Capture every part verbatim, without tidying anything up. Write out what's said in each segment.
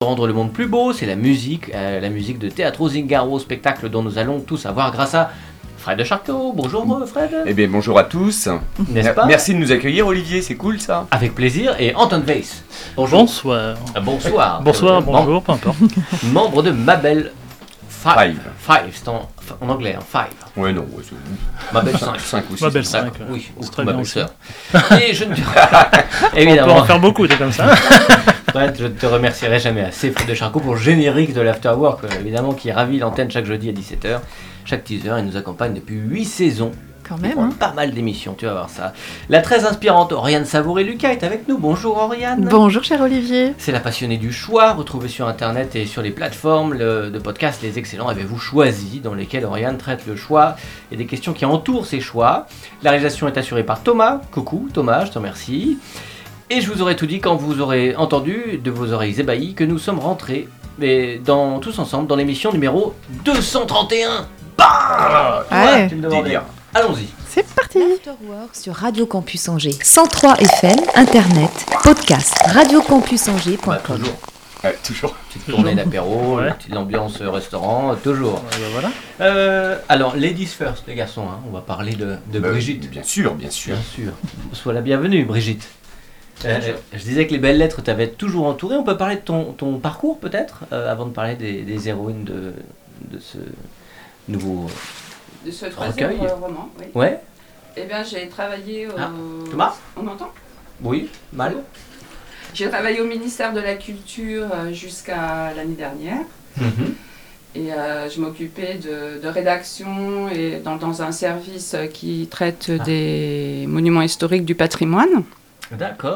Rendre le monde plus beau, c'est la musique, euh, la musique de Teatro Zingaro, spectacle dont nous allons tous savoir grâce à Fred de Charcot. Bonjour Fred. Eh bien bonjour à tous. N'est-ce pas? Merci de nous accueillir Olivier, c'est cool ça. Avec plaisir. Et Anton Weiss. Bonjour. Bonsoir. Ah, bonsoir. Bonsoir, euh, bonjour, mem- peu importe. Membre de Mabel Five. Five. Five, c'est en, en anglais, hein, Five. Ouais non, ouais, c'est Mabel cinq. cinq ou six. Mabel cinq. Ah, oui, c'est ou très Mabel bien aussi. sœur. Et je ne te... On peut Évidemment. en faire beaucoup, des comme ça. Fred, je ne te remercierai jamais assez, Fred de Charcot, pour le générique de l'Afterwork, euh, évidemment, qui ravit l'antenne chaque jeudi à dix-sept heures. Chaque teaser, il nous accompagne depuis huit saisons. Quand même, hein. Pas mal d'émissions, tu vas voir ça. La très inspirante Oriane Savouré-Lucas est avec nous. Bonjour Oriane. Bonjour cher Olivier. C'est la passionnée du choix, retrouvée sur internet et sur les plateformes le- de podcast Les Excellents Avez-vous choisi, dans lesquels Oriane traite le choix et des questions qui entourent ces choix. La réalisation est assurée par Thomas. Coucou Thomas, je te remercie. Et je vous aurai tout dit quand vous aurez entendu de vos oreilles ébahies que nous sommes rentrés mais dans, tous ensemble dans l'émission numéro deux cent trente et un. Bam Ouais. Tu me demandais. Délire. Allons-y. C'est parti. L'Afterwork sur Radio Campus Angers. cent trois F M, Internet, podcast, radiocampusangers point com. Bah, toujours. Ouais, toujours. Petite tournée d'apéro, Ouais. une petite ambiance restaurant, toujours. Ouais, bah voilà. Euh, alors, ladies first, les garçons, hein, on va parler de, de Bah, Brigitte. Bien sûr, bien sûr. Bien sûr. Sois la bienvenue, Brigitte. Euh, je disais que les belles lettres t'avaient toujours entouré. On peut parler de ton, ton parcours, peut-être, euh, avant de parler des, des héroïnes de, de ce nouveau. De ce troisième Recueil. euh, roman, oui. Ouais. Eh bien, j'ai travaillé au... Ah, Thomas On m'entend? Oui. Mal. J'ai travaillé au ministère de la Culture euh, jusqu'à l'année dernière. Mhm. Et euh, je m'occupais de, de rédaction et dans, dans un service euh, qui traite Ah. des monuments historiques du patrimoine. D'accord.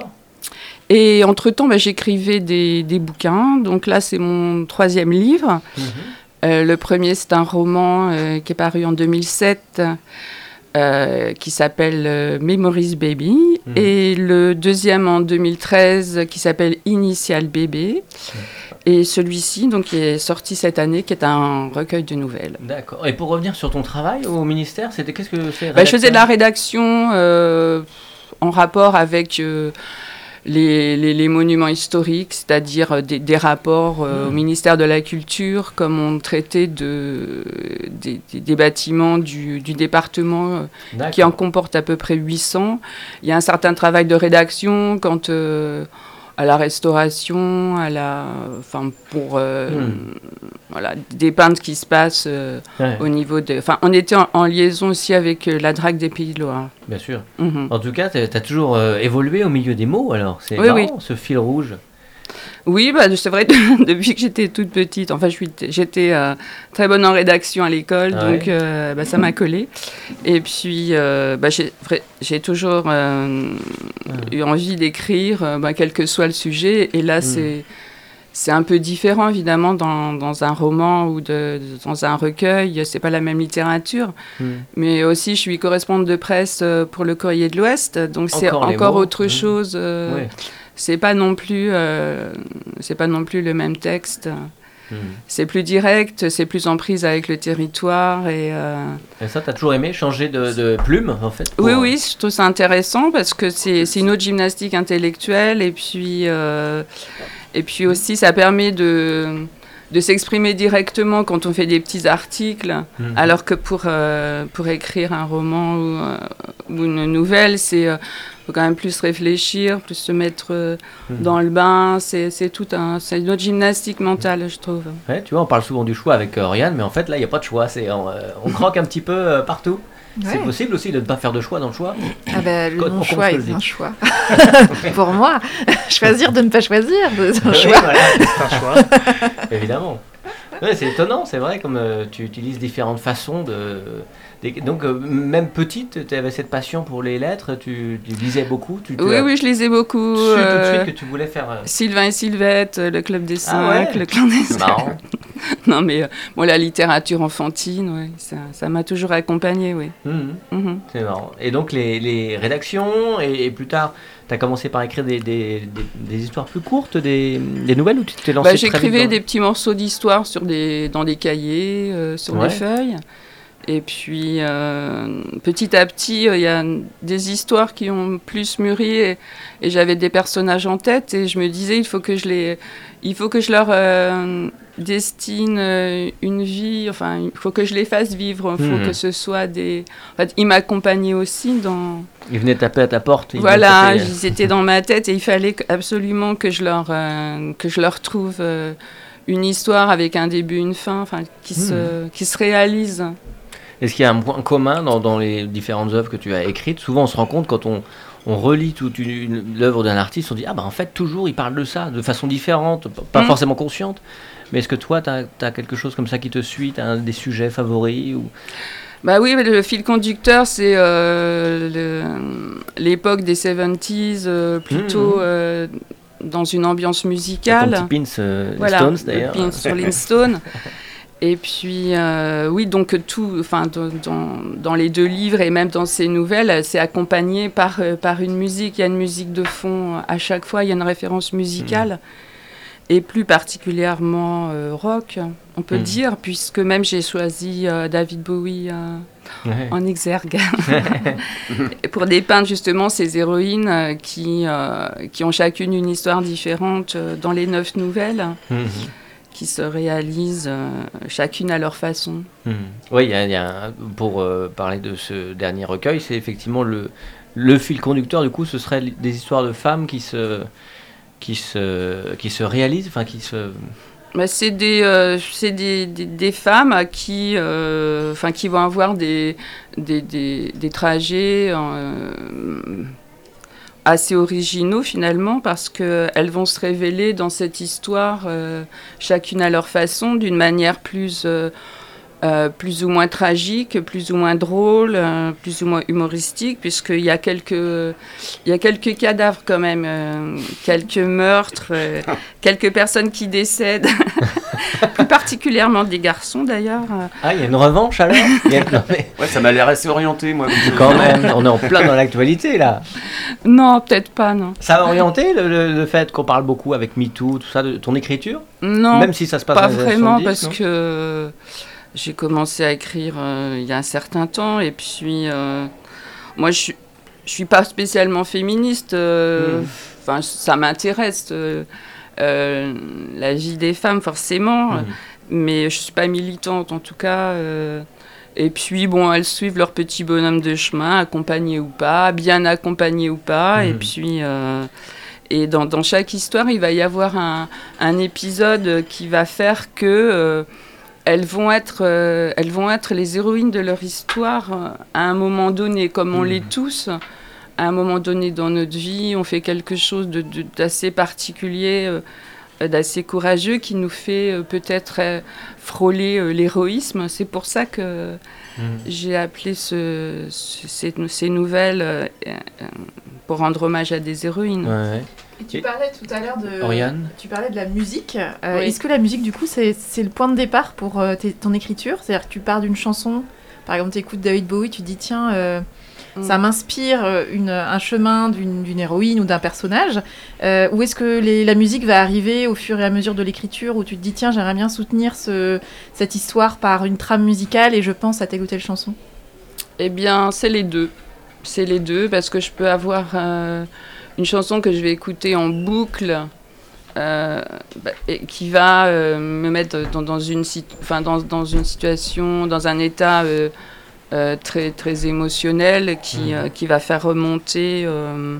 Et entre-temps, bah, j'écrivais des, des bouquins. Donc là, c'est mon troisième livre. Mhm. Euh, le premier, c'est un roman euh, qui est paru en deux mille sept, euh, qui s'appelle euh, Memories Baby. Mhm. Et le deuxième en deux mille treize, qui s'appelle Initial Bébé. Et celui-ci, donc, qui est sorti cette année, qui est un recueil de nouvelles. D'accord. Et pour revenir sur ton travail au ministère, c'était qu'est-ce que c'est? Bah, je faisais de la rédaction euh, en rapport avec euh, les, les- les monuments historiques, c'est-à-dire des, des rapports euh, Mmh. au ministère de la Culture, comme on traitait de, des, des- des bâtiments du, du département, euh, D'accord. qui en comporte à peu près huit cents. Il y a un certain travail de rédaction quant euh, à la restauration, à la, enfin pour euh, Mmh. voilà, dépeindre ce qui se passe euh, Ouais, au niveau de. Enfin, on était en, en liaison aussi avec euh, la Drague des Pays de Loire. bien sûr. Mhm. En tout cas, tu as toujours euh, évolué au milieu des mots, alors. C'est Oui, marrant, oui. ce fil rouge. Oui, bah, c'est vrai, depuis que j'étais toute petite, enfin, je suis, j'étais euh, très bonne en rédaction à l'école, Ah donc ouais. euh, bah, ça m'a collé. Et puis, euh, bah, j'ai, vrai- j'ai toujours euh, eu envie d'écrire, euh, bah, quel que soit le sujet. Et là, Mm. c'est, c'est un peu différent, évidemment, dans, dans un roman ou de, dans un recueil. C'est pas la même littérature. Hmm. Mais aussi, je suis correspondante de presse euh, pour le Courrier de l'Ouest, donc c'est Encore les encore mots. autre Mm. chose. euh, Ouais. C'est pas non plus, euh, c'est pas non plus le même texte. Hmm. C'est plus direct, c'est plus en prise avec le territoire et. euh, Et ça, t'as toujours aimé changer de, de plume, en fait pour- Oui, oui, je trouve ça intéressant parce que c'est, c'est une autre gymnastique intellectuelle et puis euh, et puis aussi ça permet de de s'exprimer directement quand on fait des petits articles, Mhm. alors que pour euh, pour écrire un roman ou, euh, ou une nouvelle, c'est euh, faut quand même plus réfléchir, plus se mettre euh, Mhm. dans le bain. C'est c'est tout un, c'est une autre gymnastique mentale, je trouve. Ouais, tu vois, on parle souvent du choix avec euh, Oriane, mais en fait, là, il n'y a pas de choix. C'est, on, euh, on croque un petit peu euh, partout. C'est Ouais. possible aussi de ne pas faire de choix dans le choix. Ah bah, le Quand- non quand on choix se le est dit. un choix. Pour moi, choisir de ne pas choisir, c'est un Oui, choix. voilà, C'est un choix. évidemment. Ouais, c'est étonnant, c'est vrai, comme euh, tu utilises différentes façons de. des- Donc, euh, même petite, tu avais cette passion pour les lettres, tu, tu lisais beaucoup. Tu, tu Oui, as oui, je lisais beaucoup. su tout de euh, suite que tu voulais faire. euh, Sylvain et Sylvette, euh, le Club des Cinq, Ah ouais. le Clan des C'est Cinq. marrant. Non, mais euh, moi, la littérature enfantine, ouais, ça, ça m'a toujours accompagnée, oui. Mhm. Mhm. C'est marrant. Et donc les, les rédactions, et, et plus tard, tu as commencé par écrire des, des, des, des histoires plus courtes, des, des nouvelles, ou tu t'es lancé Bah, très vite j'écrivais dans- des petits morceaux d'histoire sur des, dans des cahiers, euh, sur Ouais. des feuilles. Et puis, euh, petit à petit, il euh, y a des histoires qui ont plus mûri et, et j'avais des personnages en tête et je me disais, il faut que je, les, il faut que je leur euh, destine euh, une vie, enfin, il faut que je les fasse vivre, il faut Mmh. que ce soit des... En fait, ils m'accompagnaient aussi dans... Ils venaient taper à ta porte. Ils Voilà, venaient taper- ils étaient dans ma tête et il fallait que- absolument que je leur, euh, que je leur trouve euh, une histoire avec un début, une fin, enfin, qui, se, qui se réalise. Est-ce qu'il y a un point commun dans, dans les différentes œuvres que tu as écrites? Souvent, on se rend compte quand on, on relit toute une, une- l'œuvre d'un artiste, on dit ah bah en fait toujours il parle de ça de façon différente, p- pas Mm. forcément consciente. Mais est-ce que toi, tu as quelque chose comme ça qui te suit, tu as des sujets favoris ou... Bah oui, mais le fil conducteur, c'est euh, le- l'époque des soixante-dix, euh, plutôt Mhm. euh, dans une ambiance Ton musicale. petit pins, euh, les Voilà, Stones le d'ailleurs. pin sur les Stones. Et puis, euh, oui, donc tout, enfin, dans, dans, dans les deux livres et même dans ces nouvelles, c'est accompagné par, euh, par une musique. Il y a une musique de fond à chaque fois, il y a une référence musicale. Et plus particulièrement euh, rock, on peut Mhm. dire, puisque même j'ai choisi euh, David Bowie euh, Ouais. en exergue pour dépeindre justement ces héroïnes euh, qui, euh, qui ont chacune une histoire différente euh, dans les neuf nouvelles, Mhm. qui se réalisent euh, chacune à leur façon. Mhm. Oui, il y a, il y a un- pour euh, parler de ce dernier recueil, c'est effectivement le, le fil conducteur, du coup, ce serait li- des histoires de femmes qui se, qui se, qui se réalisent, enfin qui se... Bah, c'est des, euh, c'est des, des, des femmes qui, euh, enfin, qui vont avoir des, des, des, des trajets euh, assez originaux finalement, parce qu'elles vont se révéler dans cette histoire, euh, chacune à leur façon, d'une manière plus, euh, euh, plus ou moins tragique, plus ou moins drôle, euh, plus ou moins humoristique, puisqu'il y a quelques, il y a quelques cadavres quand même, euh, quelques meurtres, euh, quelques personnes qui décèdent, plus particulièrement des garçons d'ailleurs. Ah, il y a une revanche alors Il y a- non, mais Ouais, ça m'a l'air assez orienté, moi. quand même, on est en plein dans l'actualité là. Non, peut-être pas, non. Ça a orienté le, le- le fait qu'on parle beaucoup avec MeToo, tout ça, de ton écriture? Non, Même si ça se passe pas dans les années vraiment, soixante-dix, parce non que j'ai commencé à écrire euh, il y a un certain temps, et puis euh, moi je suis, je suis pas spécialement féministe, euh, Mm. enfin ça m'intéresse euh, euh, la vie des femmes forcément, Mhm. mais je suis pas militante en tout cas. euh, et puis bon, elles suivent leur petit bonhomme de chemin, accompagnées ou pas, bien accompagnées ou pas, et Mhm. puis. euh, Et dans, dans chaque histoire, il va y avoir un, un épisode qui va faire que euh, elles, vont être, euh, elles vont être les héroïnes de leur histoire euh, à un moment donné, comme on Mhm. l'est tous. À un moment donné dans notre vie, on fait quelque chose de, de- d'assez particulier, euh, d'assez courageux, qui nous fait euh, peut-être euh, frôler euh, l'héroïsme. C'est pour ça que Mhm. j'ai appelé ce, ce- ces, ces nouvelles euh, euh, pour rendre hommage à des héroïnes. Ouais, ouais. Et tu parlais tout à l'heure de... Oriane Tu parlais de la musique. Euh, Oui. Est-ce que la musique, du coup, c'est c'est le point de départ pour euh, tes- ton écriture? C'est-à-dire que tu pars d'une chanson, par exemple, tu écoutes David Bowie, tu te dis, tiens, euh, Mm. ça m'inspire euh, une- un chemin d'une d'une héroïne ou d'un personnage. Euh, ou est-ce que les- la musique va arriver au fur et à mesure de l'écriture, où tu te dis, tiens, j'aimerais bien soutenir ce, cette histoire par une trame musicale et je pense à telle ou telle chanson? Eh bien, c'est les deux. C'est les deux, parce que je peux avoir euh, une chanson que je vais écouter en boucle, euh, bah, et qui va euh, me mettre dans, dans, une, sit- enfin, dans, dans une situation, dans un état euh, euh, très, très émotionnel, qui, Mhm. euh, qui va faire remonter euh,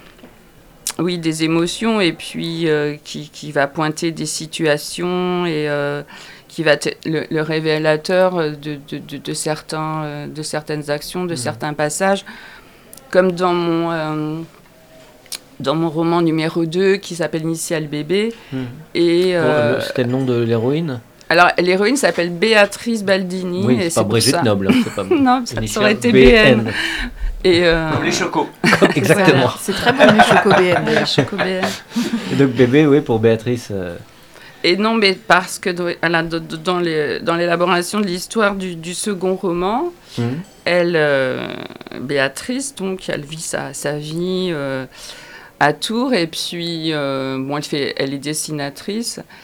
oui, des émotions, et puis euh, qui, qui va pointer des situations, et euh, qui va être le, le révélateur de, de, de, de, certains, euh, de certaines actions, de Mhm. certains passages, comme dans mon, euh, dans mon roman numéro deux qui s'appelle Initial Bébé. Mhm. Et, Bon, euh, le- C'était le nom de l'héroïne? alors, l'héroïne s'appelle Béatrice Baldini. Oui, et c'est pas pour Brigitte ça... Noble. hein, c'est pas Non, ça, ça Initial aurait été B B N. N. Et, euh, Comme les chocos. Exactement. Voilà. C'est très bon, les Choco B N, d'ailleurs. Choco B N. Et donc bébé, oui, pour Béatrice. euh, Et non, mais parce que dans, voilà, dans- dans les- dans l'élaboration de l'histoire du, du second roman, mhm. elle, euh, Béatrice, donc, elle vit sa, sa vie euh, à Tours, et puis, euh, bon, elle, fait, elle est dessinatrice,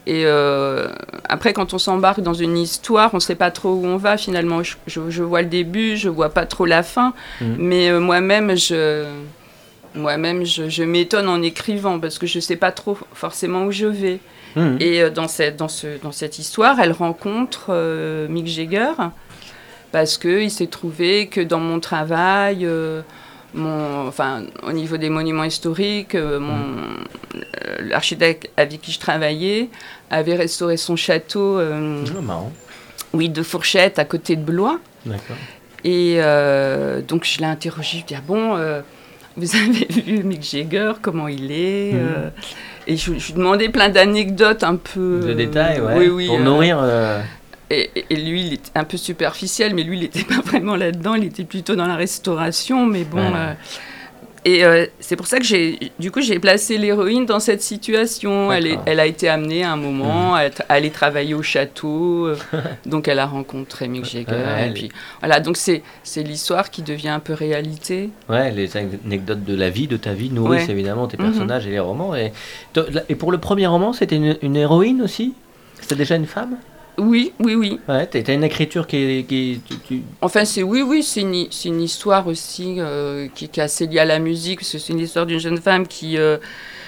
Et euh, après, quand on s'embarque dans une histoire, on ne sait pas trop où on va finalement. Je, je, je vois le début, je ne vois pas trop la fin, mmh. mais euh, moi-même, je, moi-même je, je m'étonne en écrivant parce que je ne sais pas trop forcément où je vais. Mmh. Et euh, dans, cette, dans, ce, dans cette histoire, elle rencontre euh, Mick Jagger parce qu'il s'est trouvé que dans mon travail... Euh, Mon, enfin, au niveau des monuments historiques, euh, mon, euh, l'architecte avec qui je travaillais avait restauré son château euh, oh, marrant. Oui, de Fourchette, à côté de Blois. D'accord. Et euh, donc, je l'ai interrogé, je lui ai dit, bon, euh, vous avez vu Mick Jagger, comment il est mmh. euh, Et je, je lui demandais plein d'anecdotes un peu... De détails, ouais, oui, oui, pour euh, nourrir... Euh... Et, et lui, il était un peu superficiel, mais lui, il n'était pas vraiment là-dedans, il était plutôt dans la restauration, mais bon... Ouais. Euh, et euh, c'est pour ça que j'ai, du coup, j'ai placé l'héroïne dans cette situation. Elle, est, elle a été amenée à un moment mmh. à, à aller travailler au château, euh, donc elle a rencontré Mick Jagger, ouais, et puis... Voilà, donc c'est, c'est l'histoire qui devient un peu réalité. Ouais, les anecdotes de la vie, de ta vie, nourrissent ouais. évidemment tes personnages mmh. et les romans. Et, et pour le premier roman, c'était une, une héroïne aussi ? C'était déjà une femme ? Oui, oui, oui. Ouais, t'as une écriture qui... qui tu, tu... Enfin, c'est, oui, oui, c'est une, c'est une histoire aussi euh, qui, qui est assez liée à la musique. C'est une histoire d'une jeune femme qui... Euh,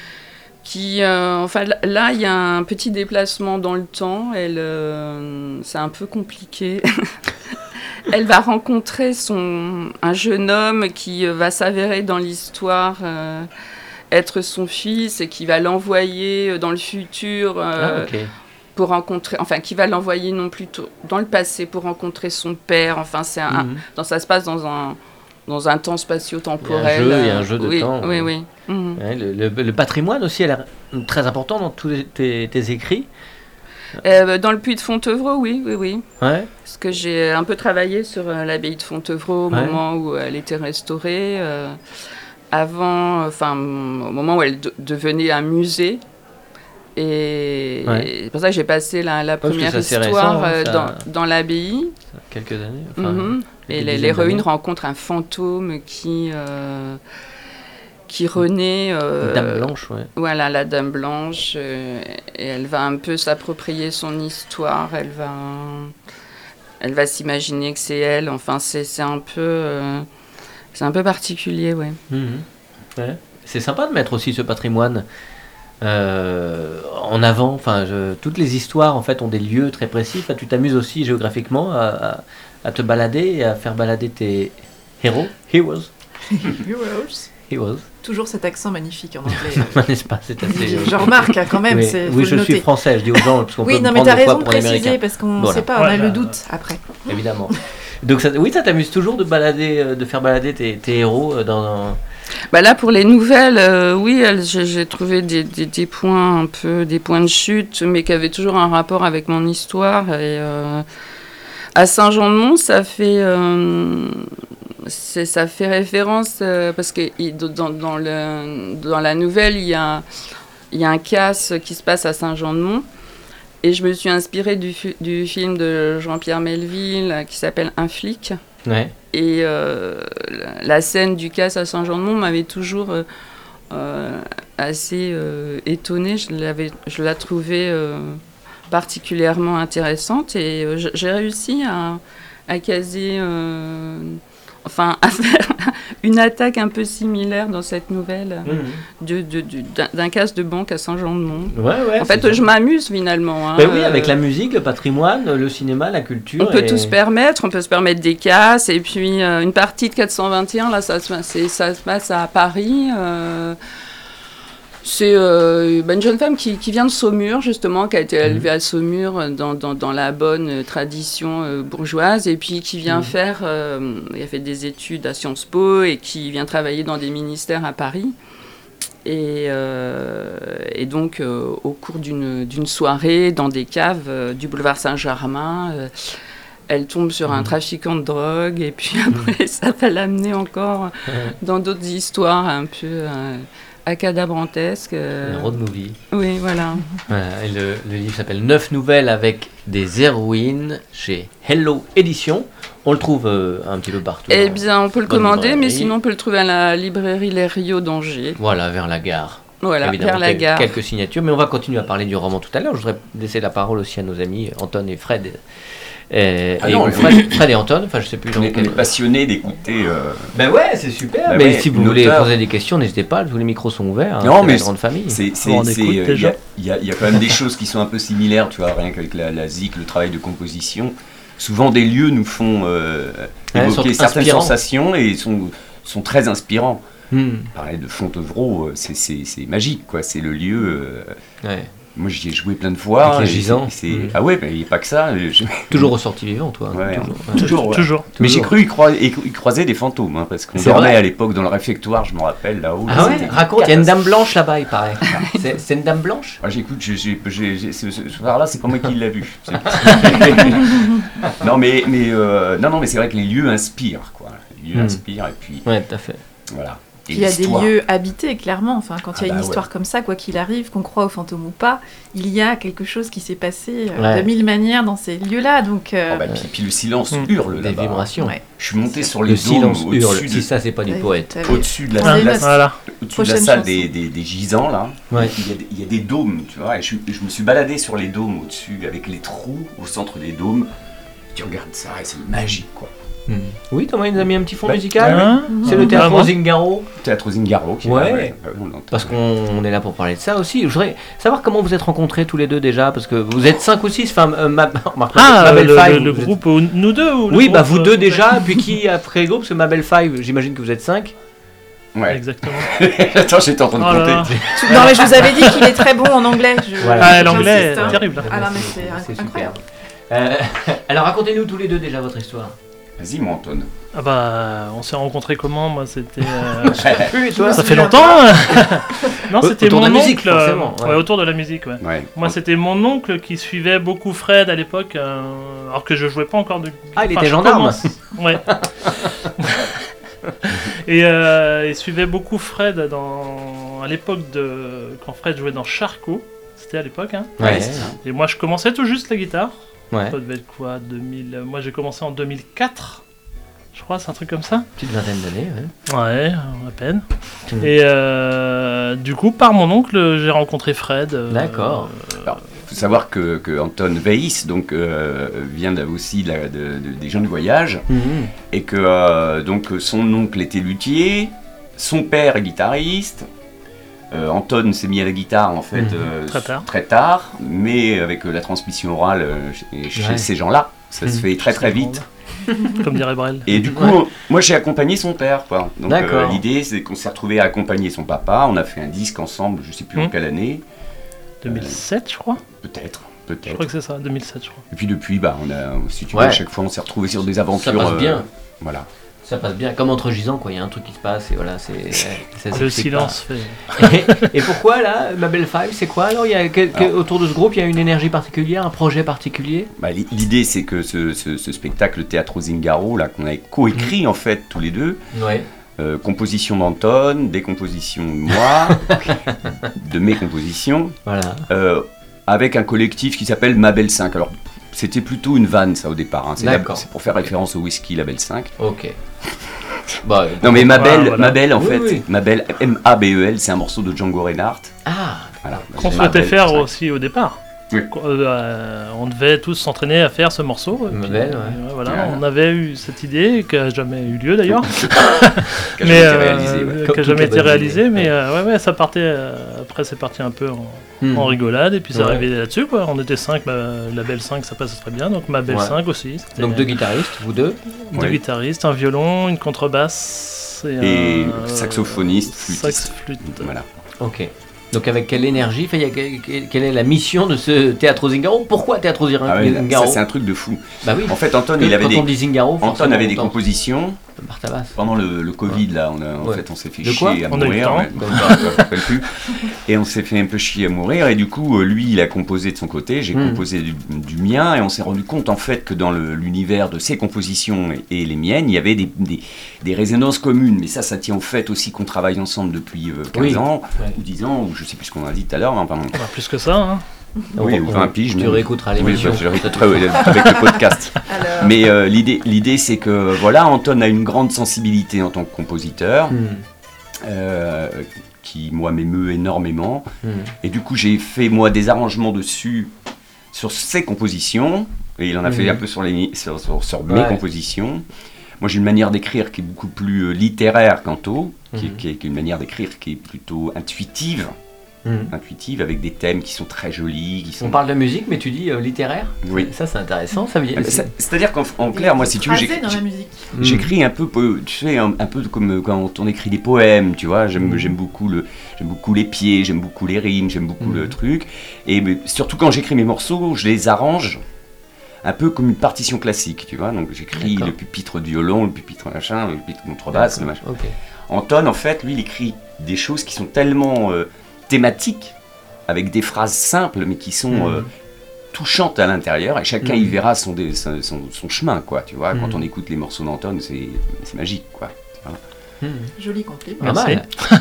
qui euh, enfin, là, il y a un petit déplacement dans le temps. Elle, euh, c'est un peu compliqué. Elle va rencontrer son, un jeune homme qui euh, va s'avérer dans l'histoire... Euh, être son fils et qui va l'envoyer dans le futur... Euh, ah, ok. Pour rencontrer, enfin, qui va l'envoyer non plus t- dans le passé pour rencontrer son père. Enfin, c'est un, mmh. dans, ça se passe dans un, dans un temps spatio-temporel. Il y a un jeu, il y a un jeu de oui, temps. Oui, oui. Mmh. Ouais, le, le, le patrimoine aussi a l'air très important dans tous tes, tes écrits. Euh, dans le Puy de Fontevraud, oui, oui, oui. Ouais. Parce que j'ai un peu travaillé sur euh, l'abbaye de Fontevraud au ouais. moment où elle était restaurée. Euh, avant, enfin, au moment où elle de- devenait un musée. Et ouais. c'est pour ça que j'ai passé la, la première histoire récent, hein, ça... dans, dans l'abbaye. Ça a quelques années. Enfin, mm-hmm. Et l'héroïne rencontre un fantôme qui, euh, qui renaît. Euh, Dame Blanche, ouais. Voilà, la Dame Blanche. Euh, et elle va un peu s'approprier son histoire. Elle va, elle va s'imaginer que c'est elle. Enfin, c'est, c'est, un, peu, euh, c'est un peu particulier, ouais. Mm-hmm. Ouais. C'est sympa de mettre aussi ce patrimoine. Euh, en avant, enfin, je, toutes les histoires en fait ont des lieux très précis. Enfin, tu t'amuses aussi géographiquement à, à, à te balader et à faire balader tes héros, heroes, heroes, heroes. Toujours cet accent magnifique en anglais. N'est-ce pas, c'est assez. Je remarque hein, quand même. Oui, c'est, oui je le suis français. Je dis aux gens parce qu'on oui, peut non, me mais prendre t'as des fois raison de pour un préciser Américain. parce qu'on ne voilà. sait pas, on ouais, a bah, le doute après. Évidemment. Donc ça, oui, ça t'amuse toujours de balader, de faire balader tes, tes héros dans. dans... Bah là pour les nouvelles, euh, oui, elles, j'ai, j'ai trouvé des, des, des points un peu, des points de chute, mais qui avaient toujours un rapport avec mon histoire. Et euh, à Saint-Jean-de-Mont, ça fait, euh, c'est, ça fait référence euh, parce que dans, dans, le, dans la nouvelle, il y a, il y a un casse qui se passe à Saint-Jean-de-Mont. Et je me suis inspirée du, du film de Jean-Pierre Melville qui s'appelle Un flic. Ouais. Et euh, la, la scène du casse à Saint-Jean-de-Mont m'avait toujours euh, euh, assez euh, étonnée. Je, l'avais, je la trouvais euh, particulièrement intéressante et euh, j'ai réussi à, à caser, euh, enfin à faire une attaque un peu similaire dans cette nouvelle mmh. de, de, de, d'un, d'un casse de banque à Saint-Jean-de-Mont. Ouais, ouais, en fait, je ça. m'amuse finalement. Hein, ben oui, avec la musique, le patrimoine, le cinéma, la culture. On peut et... tout se permettre, on peut se permettre des casses. Et puis, euh, une partie de quatre cent vingt et un, là, ça, c'est, ça se passe à Paris. Euh, c'est euh, ben, une jeune femme qui, qui vient de Saumur, justement, qui a été élevée mmh. à Saumur dans, dans, dans la bonne tradition euh, bourgeoise, et puis qui vient mmh. faire, euh, il a fait des études à Sciences Po, et qui vient travailler dans des ministères à Paris. Et, euh, et donc, euh, au cours d'une, d'une soirée, dans des caves euh, du boulevard Saint-Germain, euh, elle tombe sur un trafiquant de drogue, et puis après, mmh. ça va l'amener encore mmh. dans d'autres histoires un peu... Euh, acadabrantesque. Euh... Un road movie. Oui, voilà. voilà et le, le livre s'appelle Neuf nouvelles avec des héroïnes chez Hello Édition. On le trouve euh, un petit peu partout. Eh bien, on peut le commander, mais sinon on peut le trouver à la librairie Les Rios d'Angers. Voilà, vers la gare. Voilà, Évidemment, vers la quel- gare. quelques signatures, mais on va continuer à parler du roman tout à l'heure. Je voudrais laisser la parole aussi à nos amis Anton et Fred. Et, Ah et non, ou mais- Fred, Fred et Anton, enfin je sais plus On dans est, on quel... est passionné d'écouter. euh, Ben ouais, c'est super. Ben mais ouais, si vous voulez l'auteur. poser des questions, n'hésitez pas, tous les micros sont ouverts. hein, Non, c'est mais la grande famille. C'est, c'est, On c'est, écoute euh, il y, déjà. a, il y a- il y a quand même des choses qui sont un peu similaires, tu vois, rien qu'avec la, la Z I C, le travail de composition. Souvent, des lieux nous font euh, Ouais, évoquer sont certaines inspirants. sensations et sont, sont très inspirants. Hmm, Parler de Fontevraud, euh, c'est, c'est, c'est magique, quoi. C'est le lieu. euh, ouais. moi, j'y ai joué plein de fois. Avec les et gisants. c'est- c'est- Mhm. Ah ouais, mais il n'y a pas que ça. je- Toujours ressorti vivant, toi. Ouais, toujours. hein. Ouais. Toujours, ouais. Toujours. Mais j'ai Toujours. cru y, croi- y- y croiser des fantômes, hein, parce qu'on C'est dormait vrai à l'époque dans le réfectoire, je me rappelle, là-haut. Ah là, ouais, c'était raconte, il y a une dame catastrophe. blanche là-bas, il paraît. c'est, c'est une dame blanche Ah, j'écoute, j'ai, j'ai, j'ai, j'ai- ce, ce soir-là, c'est pas moi qui l'ai vu. C'est- non, mais, mais, euh, non, non, mais c'est vrai que les lieux inspirent, quoi. Les lieux Hmm. inspirent, et puis, Ouais, tout à fait. voilà. Et Il y a des l'histoire. lieux habités, clairement. Enfin, quand il y a Ah une bah histoire ouais. comme ça, quoi qu'il arrive, qu'on croit aux fantômes ou pas, il y a quelque chose qui s'est passé euh, Ouais. de mille manières dans ces lieux-là. Donc, euh, Oh, bah, puis, puis le silence Hmm. hurle Des là-bas. vibrations. ouais. Je suis monté sur les Le dômes silence hurle. au-dessus, Si de, ça, c'est pas du Ouais, poète. t'avais- au-dessus de la, Ah, de la- Voilà. au-dessus de la Prochaine salle chanson. des, des, des gisants, là. Ouais. Il, y a, des- il y a des dômes, tu vois. Et je, je me suis baladé sur les dômes au-dessus, avec les trous au centre des dômes. Tu regardes ça, et c'est magique, quoi. Hmm. Oui, Thomas, il nous a mis un petit fond Bah, musical. Hein C'est le théâtre Vraiment Zingaro. Théâtre Zingaro, qui est Ouais. là, ouais. Ah, on l'entend. Parce qu'on on est là pour parler de ça aussi. Je voudrais savoir comment vous êtes rencontrés tous les deux déjà, parce que vous êtes cinq ou six. Enfin, euh, ma, remarque, Ah, ma le, belle Five. le- le vous êtes- groupe, euh, nous deux ou le Oui, bah groupe, vous euh, deux complet déjà, puis qui après le groupe, parce que ma belle Five, j'imagine que vous êtes cinq. Ouais. Exactement. Attends, j'étais en train de Oh là là. compter. Tu- Non, mais je vous avais dit qu'il est très bon en anglais. Je... Voilà. Ah, j'insiste, l'anglais, hein. terrible. Ah non, mais c'est C'est incroyable. superbe. Euh, alors racontez-nous tous les deux déjà votre histoire. Vas-y, mon Anton. Ah bah, on s'est rencontrés comment? Moi, c'était. euh, Oui, toi. ça fait longtemps. hein. Non, Au- c'était autour mon de la musique, oncle. euh, forcément, ouais. ouais, autour de la musique, ouais. Ouais. Moi, c'était mon oncle qui suivait beaucoup Fred à l'époque, euh, alors que je jouais pas encore de. Ah, il Enfin, était je gendarme. commence- Ouais. Et euh, il suivait beaucoup Fred dans... à l'époque de quand Fred jouait dans Charcot. C'était à l'époque, hein. Ouais. Ouais, c'est ça. Et moi, je commençais tout juste la guitare. Ouais. Ça devait être quoi, deux mille... Moi, j'ai commencé en deux mille quatre, je crois, c'est un truc comme ça. Petite vingtaine d'années. Ouais. Ouais, à peine. Mhm. Et euh, du coup, par mon oncle, j'ai rencontré Fred. euh, D'accord. Il faut savoir que, que Anton Weiss donc, euh, vient de- aussi de la- de- de- des gens du voyage Mhm. et que euh, donc, son oncle était luthier, son père est guitariste. Euh, Anton s'est mis à la guitare en fait Mhm. euh, Très tard. très tard, mais avec euh, la transmission orale euh, chez, chez Ouais. ces gens-là, ça se Mhm. fait très très vite. Comme dirait Brel. Et du coup, Ouais. on- moi j'ai accompagné son père. Quoi. Donc euh, D'accord. l'idée c'est qu'on s'est retrouvé à accompagner son papa. On a fait un disque ensemble, je sais plus en Mhm. quelle année, deux mille sept, je crois. peut-être, Je peut-être. crois que c'est ça, deux mille sept, je crois. Et puis depuis, bah, on a, si tu Ouais. veux, à chaque fois on s'est retrouvé sur des aventures. Ça passe euh, bien. Voilà. Ça passe bien. Comme entre gisants, quoi. Il y a un truc qui se passe et voilà, c'est. ça Le s'explique silence fait. pas. Et, et pourquoi là, ma belle Five, c'est quoi alors, il y a quel- quel- Alors. autour de ce groupe, il y a une énergie particulière, un projet particulier. Bah, l'i- l'idée c'est que ce, ce- ce spectacle Théâtre Zingaro, là, qu'on a coécrit en fait tous les deux, Ouais. euh, composition d'Anton, des compositions de moi, de mes compositions, Voilà. euh, avec un collectif qui s'appelle Mabel cinq. Alors, c'était plutôt une vanne ça au départ, hein. c'est, la- D'accord. c'est pour faire référence au whisky Label cinq. Ok. Bah, Non mais Mabel, Ah, voilà. Mabel en Oui, fait, oui. Mabel, M A B E L, c'est un morceau de Django Reinhardt. Ah. Voilà. Qu'on Mabel souhaitait faire cinq. aussi au départ. Oui. Euh, on devait tous s'entraîner à faire ce morceau. et puis, Mabel, ouais. euh, voilà, Ouais. on avait eu cette idée qui n'a jamais eu lieu d'ailleurs. Qui a jamais été réalisé, ouais. euh, Comme qui a toutes jamais les été bonnes réalisé, idées. mais Ouais. euh, ouais, ouais, ça partait. euh, après, c'est parti un peu en, Hmm. en rigolade, et puis ça Ouais. arrivait là-dessus, quoi. On était cinq, la belle cinq, ça passe très bien, donc ma belle Ouais. cinq aussi. C'était Donc deux guitaristes, vous deux. deux Ouais. guitaristes, un violon, une contrebasse et, Et un saxophoniste, flûtiste. sax flûte. Voilà. Ok. Donc avec quelle énergie, enfin, il y a que- que- quelle est la mission de ce Théâtre Zingaro? Pourquoi Théâtre Zingaro? Ah ouais, ça c'est un truc de fou. Bah oui. En fait, Anton, Que- il avait quand des, on dit Zingaro, Anton forcément, avait des on pense compositions. Bartabas. Pendant le, le Covid, là, on, a, en Ouais. fait, on s'est fait De quoi chier à On a eu le mourir. temps. ouais. Donc, je me rappelle plus. Et on s'est fait un peu chier à mourir. Et du coup, euh, lui, il a composé de son côté, j'ai Mhm. composé du, du mien. Et on s'est rendu compte, en fait, que dans le- l'univers de ses compositions et, et les miennes, il y avait des, des, des résonances communes. Mais ça, ça tient au fait aussi qu'on travaille ensemble depuis euh, quinze Oui. ans, Ouais. ou dix ans, ou je sais plus ce qu'on a dit tout à l'heure. mais enfin, Bah, plus que ça, hein. oui, On- ou vingt piges. Tu même. réécouteras Oui, l'émission. bah, je réécouterai, ouais, avec le podcast. Alors, Mais euh, l'idée, l'idée, c'est que voilà, Anton a une grande sensibilité en tant que compositeur, Hmm. euh, qui moi m'émeut énormément. Mmh. Et du coup, j'ai fait moi des arrangements dessus sur ses compositions, et il en a mmh. fait un peu sur, les, sur, sur, sur mes ouais. compositions. Moi, j'ai une manière d'écrire qui est beaucoup plus euh, littéraire qu'Anto, qui, Mmh. qui, est, qui est une manière d'écrire qui est plutôt intuitive. Mmh. intuitive, avec des thèmes qui sont très jolis. Qui sont... On parle de musique, mais tu dis euh, littéraire. Oui. Ça, c'est intéressant. Ça veut dire. C'est, c'est-à-dire qu'en en clair, moi, si tu veux, j'écris, dans la musique. j'écris un peu, tu sais, un, un peu comme quand on écrit des poèmes, tu vois. J'aime, mmh. j'aime beaucoup le, j'aime beaucoup les pieds, j'aime beaucoup les rimes, j'aime beaucoup mmh. le truc. Et mais, surtout quand j'écris mes morceaux, je les arrange un peu comme une partition classique, tu vois. Donc j'écris D'accord. le pupitre du violon, le pupitre machin, le pupitre contrebasse, le machin. Okay. Anton, en fait, lui, il écrit des choses qui sont tellement euh, thématiques, avec des phrases simples, mais qui sont mmh. euh, touchantes à l'intérieur, et chacun mmh. y verra son, son, son, son chemin, quoi, tu vois. Mmh. Quand on écoute les morceaux d'Anton, c'est, c'est magique, quoi. Voilà. Mmh. Joli compliment. Merci.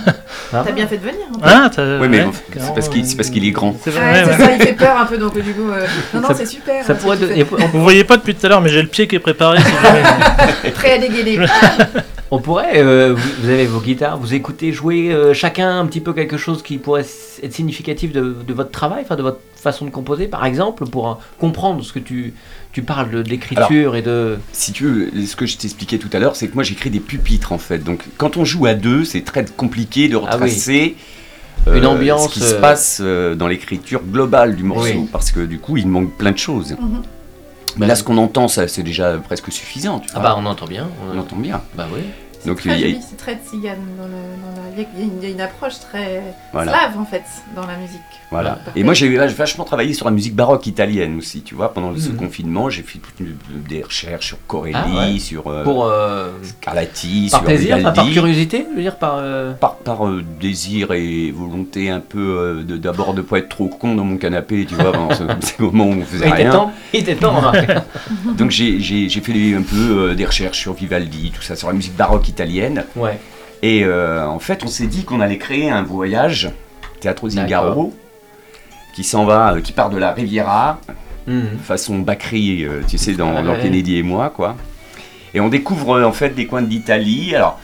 T'as bien fait de venir. Hein. Ah, t'as... Oui, mais ouais, bon, c'est, parce qu'il, c'est parce qu'il est grand. C'est, vrai, ouais, c'est ouais. ça, il fait peur un peu, donc du coup... Euh... Non, non, ça, c'est super. Ça pourrait de... Vous voyez pas depuis tout à l'heure, mais j'ai le pied qui est préparé. Si jamais... Prêt à dégainer. On pourrait, euh, vous, vous avez vos guitares, vous écoutez jouer euh, chacun un petit peu quelque chose qui pourrait être significatif de, de votre travail, enfin de votre façon de composer, par exemple, pour euh, comprendre ce que tu, tu parles de, d'écriture. Alors, et de... Si tu veux, ce que je t'expliquais tout à l'heure, c'est que moi j'écris des pupitres en fait. Donc quand on joue à deux, c'est très compliqué de retracer ah oui. une euh, ambiance, ce qui se passe euh, dans l'écriture globale du morceau, oui. parce que du coup il manque plein de choses. Mm-hmm. Mais là, ce qu'on entend, ça, c'est déjà presque suffisant. Tu vois. Ah bah, on entend bien. On, on entend bien. Bah oui. C'est Donc, très il y a... joli, c'est très tzigane. Dans le, dans la... il, y a une, il y a une approche très voilà. slave, en fait, dans la musique. Voilà. Et moi, j'ai vachement travaillé sur la musique baroque italienne aussi, tu vois. Pendant mmh. ce confinement, j'ai fait toutes des recherches sur Corelli, ah, ouais. sur euh, Pour, euh... Scarlatti, par sur plaisir, Vivaldi. Par curiosité, je veux dire, par... Euh... Par, par euh, désir et volonté un peu euh, de, d'abord de ne pas être trop con dans mon canapé, tu vois, pendant ce, ces moments où on faisait il rien. Temps, il était temps, Donc j'ai, j'ai, j'ai fait les, un peu euh, des recherches sur Vivaldi, tout ça, sur la musique baroque italienne. Ouais. Et euh, en fait, on s'est dit qu'on allait créer un voyage, Teatro Zingaro, qui s'en va, euh, qui part de la Riviera, mmh. façon Bacri, euh, tu sais, dans, ah, dans ouais. Kennedy et moi, quoi. Et on découvre euh, en fait des coins d'Italie. Alors,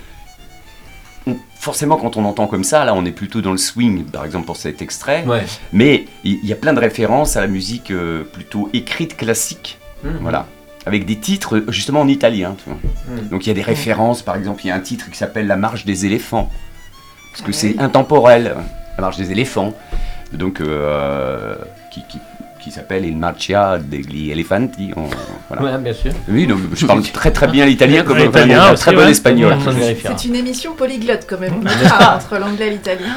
on, forcément, quand on entend comme ça, là, on est plutôt dans le swing, par exemple pour cet extrait. Ouais. Mais il y, y a plein de références à la musique euh, plutôt écrite classique, mmh. voilà. Avec des titres justement en italien, tu vois. Mmh. Donc il y a des références, par exemple, il y a un titre qui s'appelle La Marche des éléphants, parce que ah, c'est oui. intemporel, La Marche des éléphants, donc euh, qui, qui, qui s'appelle Il Marcia degli Elefanti. On, voilà. Ouais, bien sûr. Oui, donc je parle très très bien l'italien comme l'italien, un très bon ouais. espagnol. C'est une émission polyglotte quand même, ah, entre l'anglais et l'italien.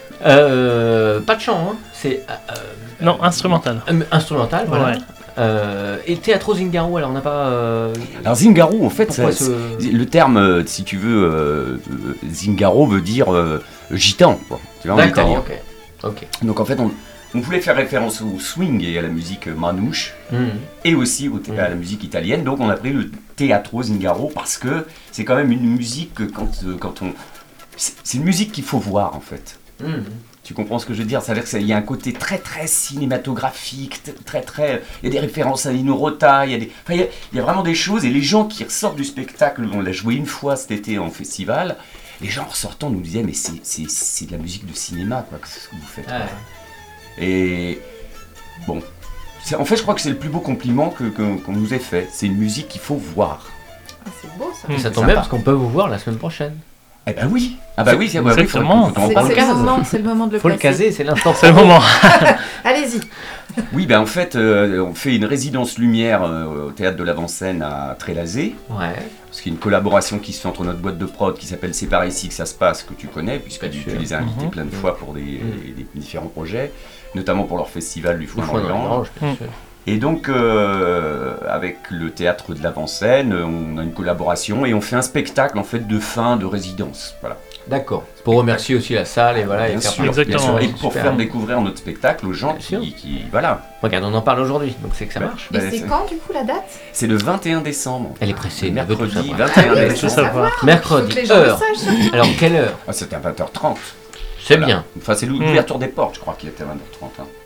Euh, pas de chant, hein. C'est euh, non instrumental. Euh, instrumental, voilà. Ouais. Euh, et Teatro Zingaro, alors on n'a pas. Euh... Alors Zingaro, en fait, ça, ce... le terme, si tu veux, euh, Zingaro veut dire euh, gitan, quoi. Tu vois, en D'accord, italien. Okay. Okay. Donc en fait, on, on voulait faire référence au swing et à la musique manouche, mmh. et aussi au, à la musique italienne. Donc on a pris le Teatro Zingaro parce que c'est quand même une musique que quand, quand on, c'est, c'est une musique qu'il faut voir en fait. Mmh. Tu comprends ce que je veux dire? C'est-à-dire qu'il y a un côté très très cinématographique, très très... Il y a des références à Nino Rota, il y a des... Enfin, il y a, il y a vraiment des choses, et les gens qui ressortent du spectacle, on l'a joué une fois cet été en festival, les gens en ressortant nous disaient mais c'est, c'est, c'est de la musique de cinéma, quoi, c'est ce que vous faites. Ah ouais. Et bon, c'est, en fait je crois que c'est le plus beau compliment que, que, qu'on nous ait fait, c'est une musique qu'il faut voir. Ah, c'est beau ça. Et ça tombe bien parce qu'on peut vous voir la semaine prochaine. Eh ben oui, ah bah oui, c'est, bah, oui, c'est, c'est, c'est, le moment, c'est le moment de le faut placer. le caser, c'est l'instant. C'est le moment. Allez-y. Oui, ben en fait, euh, on fait une résidence lumière euh, au théâtre de l'Avant-Scène à Trélazé. Ouais. Parce qu'il y a une collaboration qui se fait entre notre boîte de prod qui s'appelle C'est par ici que ça se passe, que tu connais, puisque tu, tu les as invités mmh. plein de fois pour des, mmh. des, des différents projets, notamment pour leur festival du Foin dans l'Ange. Et donc, euh, avec le théâtre de l'Avant-Scène, on a une collaboration et on fait un spectacle en fait de fin de résidence. Voilà. D'accord. Pour remercier aussi la salle et voilà. Bien et, sûr, exactement, bien sûr. Et ouais, pour super. faire découvrir notre spectacle aux gens qui, qui, voilà. Regarde, on en parle aujourd'hui, donc c'est que ça marche. Et bah, c'est, c'est quand du coup la date? C'est le vingt et un décembre. Elle est pressée. Mercredi vingt et un ah, oui, décembre. Mercredi. Heure. Alors quelle heure? Ah, c'était à vingt heures trente. C'est voilà. Bien. Enfin, c'est l'ouverture mmh. des portes, je crois qu'il était à vingt heures trente. Hein.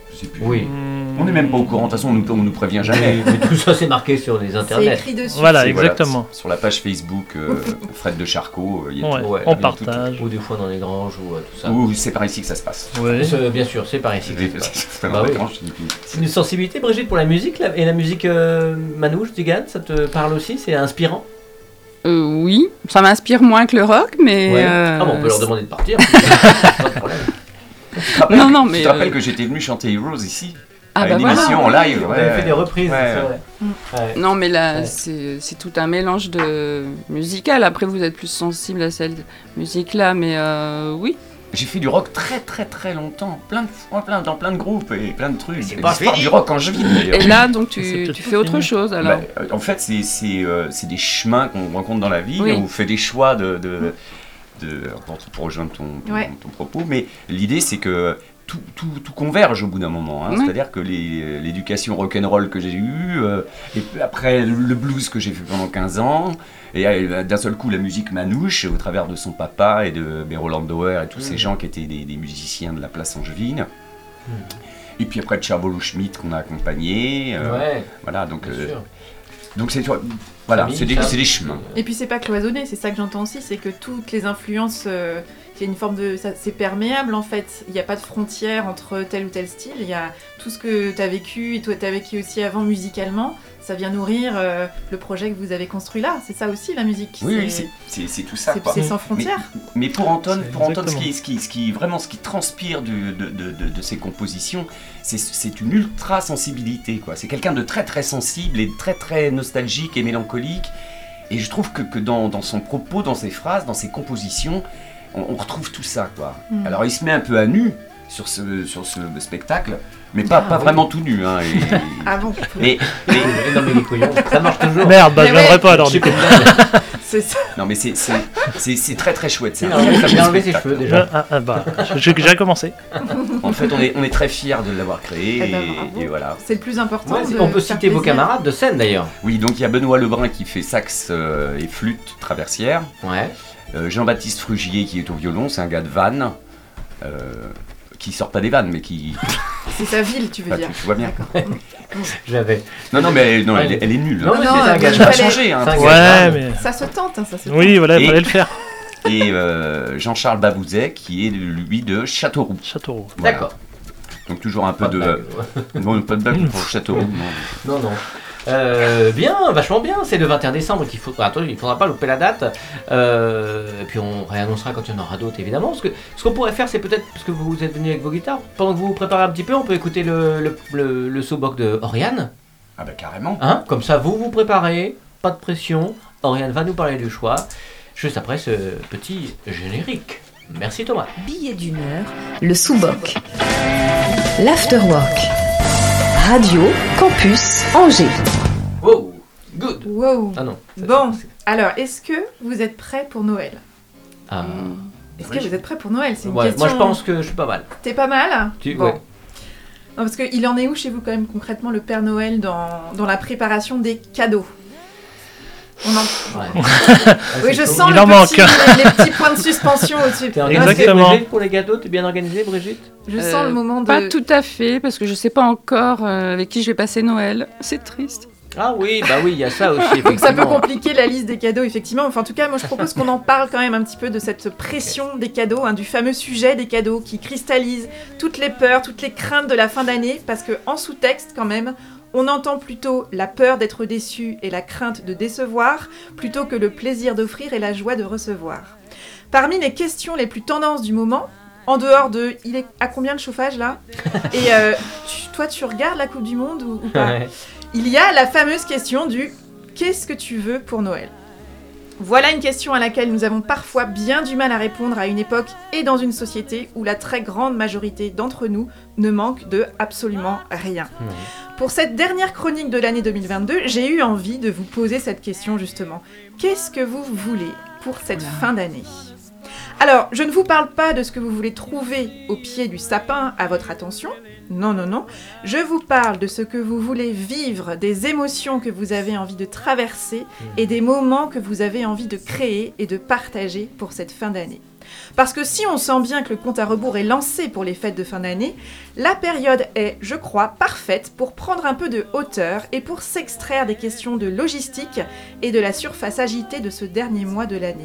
Je sais plus. Oui. On n'est même pas au courant, de toute façon on nous, on nous prévient jamais. Mais, mais tout ça c'est marqué sur les C'est internets. écrit dessus. Voilà, C'est- exactement. sur la page Facebook euh, Fred de Charcot, il y a Ouais, tout. Ouais, on il y a partage. Ou des fois dans les granges ou euh, tout ça. Ouh, c'est par ici que ça se passe. Ouais. C'est- Bien sûr, c'est par ici. que ça se passe. C'est Bah vraiment oui. étrange, je dis plus. C'est une sensibilité, Brigitte, pour la musique là, et la musique euh, manouche, Digan, ça te parle aussi? C'est inspirant? Euh, oui, ça m'inspire moins que le rock, mais. Ouais. euh, Ah bon, on peut leur demander de partir. Pas de problème. Tu te rappelles- Non, non, Tu mais, te rappelles euh, que j'étais venu chanter Heroes ici Ah à bah une voilà. émission en live. On ouais. avait fait des reprises, Ouais. c'est vrai. Ouais. Non, mais là, Ouais. c'est, c'est tout un mélange de musical. Après, vous êtes plus sensible à cette musique-là, mais euh, oui. J'ai fait du rock très très très longtemps, plein de fois, plein, dans plein de groupes et plein de trucs. C'est Et pas l'histoire fini. du rock angevin d'ailleurs. Et là, donc, C'est tu, peut-être tu pas fais autre fini. chose, alors. Bah, euh, en fait, c'est, c'est, euh, c'est des chemins qu'on rencontre dans la vie, Oui. on fait des choix de, de, de- pour, pour rejoindre ton, ton, Ouais. ton propos, mais l'idée c'est que tout, tout, tout converge au bout d'un moment. Hein. Ouais. C'est-à-dire que les, l'éducation rock'n'roll que j'ai eue, euh, et puis après le blues que j'ai fait pendant quinze ans, et euh, d'un seul coup la musique manouche au travers de son papa et de ben, Roland Dower et tous ces Mhm. gens qui étaient des, des musiciens de la place angevine. Mhm. Et puis après Tcherbolo Schmidt qu'on a accompagné. euh, Ouais, Voilà, donc bien euh, sûr. donc c'est voilà, Famille, c'est des, ça. c'est des chemins. Et puis c'est pas cloisonné, c'est ça que j'entends aussi, c'est que toutes les influences, euh, il y a une forme de, ça- c'est perméable en fait. Il n'y a pas de frontière entre tel ou tel style. Il y a tout ce que tu as vécu et toi tu as vécu aussi avant musicalement. Ça vient nourrir euh, le projet que vous avez construit là. C'est ça aussi la musique. Oui, c'est, oui, c'est, c'est, c'est tout ça. c'est- quoi. c'est sans Mais, frontières. mais pour Anton, C'est pour Anton ce, exactement. qui, ce, qui, ce qui vraiment ce qui transpire du- de, de, de, de ses compositions, c'est, c'est une ultra sensibilité. Quoi. C'est quelqu'un de très très sensible et très très nostalgique et mélancolique. Et je trouve que, que dans, dans son propos, dans ses phrases, dans ses compositions, on, on retrouve tout ça. Quoi. Mm. Alors il se met un peu à nu sur ce, sur ce spectacle, mais pas, Ah, pas oui. vraiment tout nu. Hein, et, Ah bon. mais, mais- Non mais les couillons, ça marche toujours. Merde, bah Mais je viendrai ouais. pas alors Je du sais coup. combien- C'est ça. non mais c'est, c'est, c'est, c'est très très chouette. C'est Il un a enlevé- très il a beau enlevé ses spectacle. cheveux déjà. Ah, ah, bah, j'ai déjà commencé. En fait, on est, on est très fiers de l'avoir créé Eh ben, et, bravo. et voilà. C'est le plus important. Ouais, c'est- de on peut faire citer vos plaisir. camarades de scène d'ailleurs. Oui, donc il y a Benoît Lebrun qui fait sax euh, et flûte traversière. Ouais. Euh, Jean-Baptiste Frugier qui est au violon, c'est un gars de Vannes. Euh, qui sort pas des vannes, mais qui. C'est sa ville, tu veux Enfin, dire. tu, tu vois bien. D'accord. J'avais. Non, non, mais non, Ouais, elle, est- elle est nulle. Non, hein. mais non, c'est un euh, gars il Ça va fallait- changer. Hein. c'est un Ouais, gars de- mais. Ça se tente, hein, ça se tente. Oui, voilà, il Et- fallait le faire. Et euh, Jean-Charles Babouzet qui est lui de Châteauroux. Châteauroux. Voilà. D'accord. Donc toujours un peu Pas de de. blague. Non, pas de blague pour Châteauroux. non. Non, non. Euh, bien, vachement bien. C'est le vingt et un décembre qu'il faut. Attends, il faudra pas louper la date. Euh, et puis on réannoncera quand il y en aura d'autres, évidemment. Parce que ce qu'on pourrait faire, c'est peut-être parce que vous êtes venu avec vos guitares. Pendant que vous vous préparez un petit peu, on peut écouter le le, le, le so-boc de Oriane. Ah bah carrément. Hein, comme ça, vous vous préparez. Pas de pression. Oriane va nous parler du choix. Juste après ce petit générique. Merci Thomas. Billet d'une heure, le sous-boc. L'afterwork. Radio Campus Angers. Wow, good. Wow. Ah non. ça, Bon, c'est- alors, est-ce que vous êtes prêts pour Noël? Ah. Est-ce Oui. que vous êtes prêts pour Noël? C'est une Ouais, question... moi je pense que je suis pas mal. T'es pas mal? Tu- Bon. ouais. Non, parce qu'il en est où chez vous quand même concrètement le Père Noël dans, dans la préparation des cadeaux? On en... Ouais. Oui, je Ah, c'est sens Il le en manque. petit, les, les petits points de suspension au-dessus. T'es organisée, Exactement. Brigitte, pour les gâteaux? T'es bien organisée, Brigitte? Je Euh, sens le moment de... Pas tout à fait, parce que je sais pas encore euh, avec qui je vais passer Noël. C'est triste. Ah oui, bah oui, il y a ça aussi, Donc ça peut effectivement. compliquer la liste des cadeaux, effectivement. Enfin, en tout cas, moi je propose qu'on en parle quand même un petit peu de cette pression des cadeaux, hein, du fameux sujet des cadeaux qui cristallise toutes les peurs, toutes les craintes de la fin d'année, parce que en sous-texte quand même, on entend plutôt la peur d'être déçu et la crainte de décevoir, plutôt que le plaisir d'offrir et la joie de recevoir. Parmi les questions les plus tendances du moment, en dehors de « il est à combien le chauffage là ?» et euh, tu- toi tu regardes la Coupe du Monde ou, ou pas? Ouais. Il y a la fameuse question du « qu'est-ce que tu veux pour Noël ?» Voilà une question à laquelle nous avons parfois bien du mal à répondre à une époque et dans une société où la très grande majorité d'entre nous ne manque de absolument rien. Ouais. Pour cette dernière chronique de l'année deux mille vingt-deux, j'ai eu envie de vous poser cette question justement. Qu'est-ce que vous voulez pour cette fin d'année ? Alors, je ne vous parle pas de ce que vous voulez trouver au pied du sapin à votre attention. Non, non, non. Je vous parle de ce que vous voulez vivre, des émotions que vous avez envie de traverser et des moments que vous avez envie de créer et de partager pour cette fin d'année. Parce que si on sent bien que le compte à rebours est lancé pour les fêtes de fin d'année, la période est, je crois, parfaite pour prendre un peu de hauteur et pour s'extraire des questions de logistique et de la surface agitée de ce dernier mois de l'année.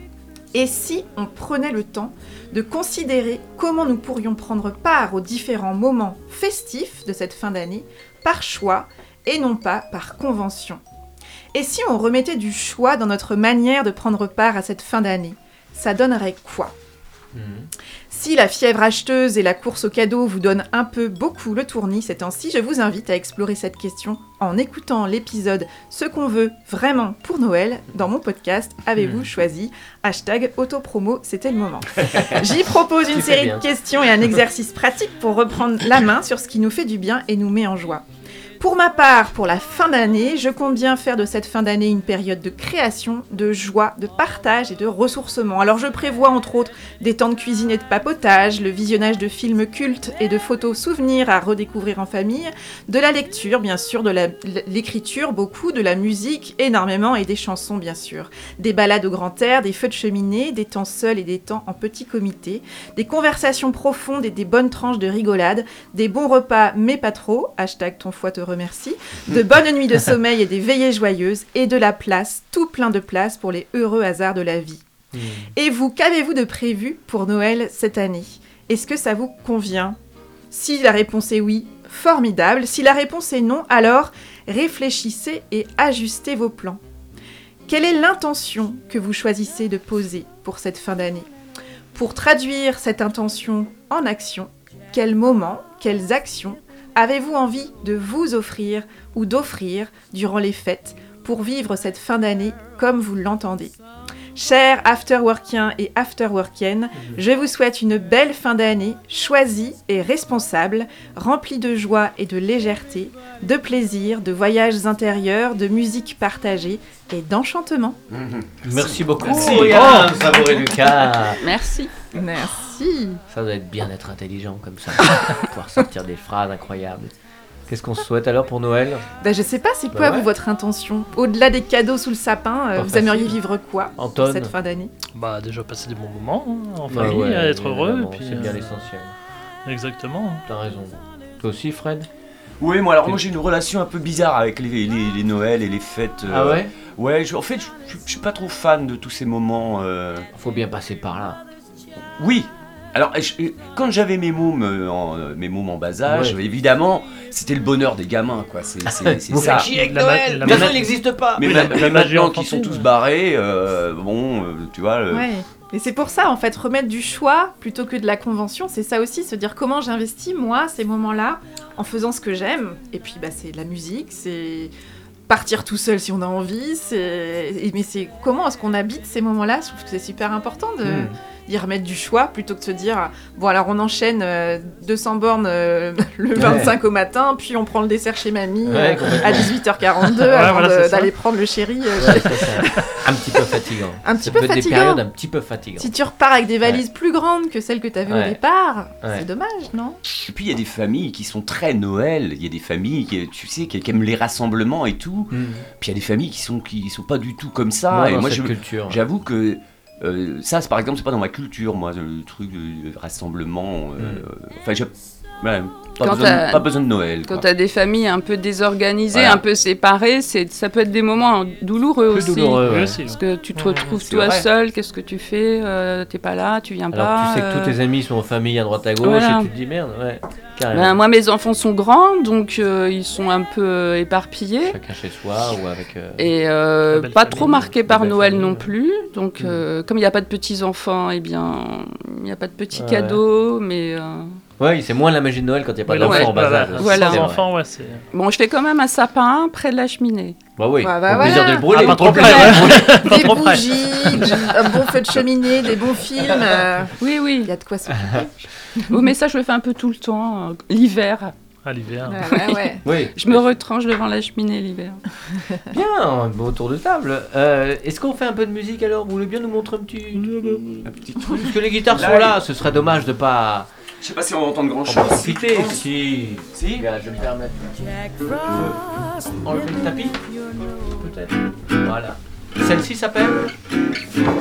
Et si on prenait le temps de considérer comment nous pourrions prendre part aux différents moments festifs de cette fin d'année par choix et non pas par convention? Et si on remettait du choix dans notre manière de prendre part à cette fin d'année, ça donnerait quoi? Mmh. Si la fièvre acheteuse et la course aux cadeaux vous donnent un peu beaucoup le tournis ces temps-ci, je vous invite à explorer cette question en écoutant l'épisode « Ce qu'on veut vraiment pour Noël » dans mon podcast « Avez-vous mmh. choisi ?» Hashtag autopromo, c'était le moment. J'y propose une série de questions et un exercice pratique pour reprendre la main sur ce qui nous fait du bien et nous met en joie. Pour ma part, pour la fin d'année, je compte bien faire de cette fin d'année une période de création, de joie, de partage et de ressourcement. Alors je prévois entre autres des temps de cuisine et de papotage, le visionnage de films cultes et de photos souvenirs à redécouvrir en famille, de la lecture bien sûr, de la, l'écriture beaucoup, de la musique énormément et des chansons bien sûr, des balades au grand air, des feux de cheminée, des temps seuls et des temps en petit comité, des conversations profondes et des bonnes tranches de rigolade, des bons repas mais pas trop, hashtag ton foie te remercie, de bonnes nuits de sommeil et des veillées joyeuses, et de la place, tout plein de place pour les heureux hasards de la vie. Mmh. Et vous, qu'avez-vous de prévu pour Noël cette année? Est-ce que ça vous convient? Si la réponse est oui, formidable. Si la réponse est non, alors réfléchissez et ajustez vos plans. Quelle est l'intention que vous choisissez de poser pour cette fin d'année? Pour traduire cette intention en action, quel moment, quelles actions avez-vous envie de vous offrir ou d'offrir durant les fêtes pour vivre cette fin d'année comme vous l'entendez? Chers afterworkiens et afterworkiennes, je vous souhaite une belle fin d'année, choisie et responsable, remplie de joie et de légèreté, de plaisir, de voyages intérieurs, de musique partagée et d'enchantement. Mmh. Merci beaucoup. Merci. Oh, Savouré Lucas. Merci. Merci. Ça doit être bien d'être intelligent comme ça, pouvoir sortir des phrases incroyables. Qu'est-ce qu'on se souhaite alors pour Noël? Ben, je sais pas, c'est quoi bah ouais. vous votre intention? Au-delà des cadeaux sous le sapin, euh, vous facile. aimeriez vivre quoi Anton. pour cette fin d'année? Bah déjà passer des bons moments hein, en Bah famille, ouais, être heureux. évidemment, Puis, c'est bien euh, l'essentiel. Exactement. T'as raison. Toi aussi, Fred? Oui, moi alors moi j'ai une relation un peu bizarre avec les, les, les Noëls et les fêtes. euh, Ah ouais? Ouais, je- en fait, je, je, je suis pas trop fan de tous ces moments. euh, Faut bien passer par là. Oui. Alors, je- quand j'avais mes mômes, euh, en, euh, mes mômes en bas âge, Ouais. évidemment, c'était le bonheur des gamins, quoi. C'est, c'est, c'est Vous ça. faites chier avec La ma- Noël. la Bien ma- sûr, il n'existe pas. Mais, Oui, ma- la- mais la magie maintenant qu'ils sont enfantine. tous barrés, euh, bon, euh, tu vois. le- Ouais. Et c'est pour ça, en fait, remettre du choix plutôt que de la convention, c'est ça aussi, se dire comment j'investis, moi, ces moments-là, en faisant ce que j'aime. Et puis, bah, c'est de la musique, c'est partir tout seul si on a envie, c'est... et- mais c'est comment est-ce qu'on habite ces moments-là? Je trouve que c'est super important de... Hmm. d'y remettre du choix plutôt que de se dire bon alors on enchaîne euh, deux cents bornes euh, le vingt-cinq au matin puis on prend le dessert chez mamie Ouais, euh, complètement. à dix-huit heures quarante-deux Ouais, avant voilà, de- c'est ça. d'aller prendre le chéri euh, Ouais, chez- ça, c'est un petit peu fatigant. Un petit Ça peu peut être des fatigant. périodes un petit peu fatigantes. si tu repars avec des valises plus grandes que celles que tu avais Ouais. au départ Ouais. c'est dommage non? Et puis il y a des familles qui sont très Noël. Il y a des familles, qui, tu sais, qui, qui aiment les rassemblements et tout. Hmm. Puis il y a des familles qui sont qui sont pas du tout comme ça. Moi, et dans moi, cette je, culture. j'avoue que euh, ça, c'est, par exemple, c'est pas dans ma culture, moi, le truc de rassemblement. euh, Mm. Enfin, je, ouais, pas, Quand besoin t'as- de, pas besoin de Noël. Quand quoi. tu as des familles un peu désorganisées, Voilà. un peu séparées, c'est, ça peut être des moments douloureux Plus aussi. douloureux, Oui, ouais. aussi. Parce que tu te Ouais, retrouves c'est toi vrai. seul, qu'est-ce que tu fais euh, T'es pas là, tu viens Alors pas. tu sais que euh, tous tes amis sont en famille à droite à gauche Voilà. et tu te dis merde, ouais, carrément. ben, moi, mes enfants sont grands, donc euh, ils sont un peu euh, éparpillés. Chacun chez soi ou avec. euh, Et euh, La belle pas famille. trop marqués par belle Noël famille, non ouais. plus. Donc, euh, comme il n'y a pas de petits-enfants, eh bien, il n'y a pas de petits Ouais. cadeaux. Mais euh, Ouais, c'est moins la magie de Noël quand il n'y a pas Ouais, d'enfants ouais, en bas âge. voilà. Sans C'est vrai. enfants, ouais, c'est. bon, je fais quand même un sapin près de la cheminée. Bah oui, Bah, bah, au plaisir voilà. de le brûler. Ah, pas au trop plaisir près, de le ouais. brûler. des trop près. bougies un bon feu de cheminée des bons films euh, Oui, oui. il y a de quoi s'occuper Oh, mais ça, je le fais un peu tout le temps. euh, l'hiver, À l'hiver. ouais, ouais, ouais. Oui, je me retranche devant la cheminée l'hiver. bien, un beau tour de table. Euh, Est-ce qu'on fait un peu de musique alors? Vous voulez bien nous montrer un petit, Un petit truc. Parce que les guitares sont Live. là, ce serait dommage de pas Je sais pas si on va entendre grand en chose. profiter. Si, Si. Regarde, je vais me permettre. Tu veux enlever le tapis? Peut-être. Voilà. Celle-ci s'appelle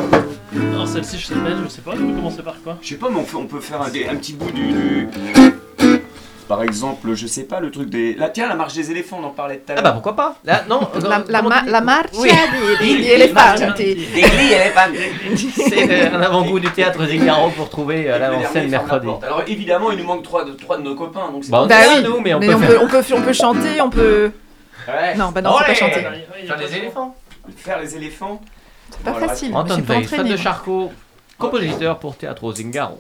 Alors celle-ci, je sais pas, je sais pas, on peut commencer par quoi? Je sais pas, mais on, fait, on peut faire un, des- un petit bout du, du- Par exemple, je sais pas, le truc des... Là, tiens, la marche des éléphants, on en parlait tout à Ah l'heure. bah pourquoi pas? Là, non, La, la, comment ma- tu dis la marche Oui. des, des éléphants. Des grilles éléphants. C'est euh, un avant-goût du théâtre Zingaro pour trouver euh, l'avant-scène Le dernier mercredi. ferme la porte. Alors évidemment, il nous manque trois de, trois de nos copains, donc c'est Bah, on pas- est Bah là, oui, nous, mais on mais peut on faire... peut, on, peut, on peut chanter, on peut... Ouais. Non, bah non, c'est Ouais. pas chanter. Faire des éléphants. Faire les éléphants. C'est pas Voilà. facile, je Anton suis pas Weiss, fan entraînée. de Charcot, compositeur pour Théâtre Zingaro.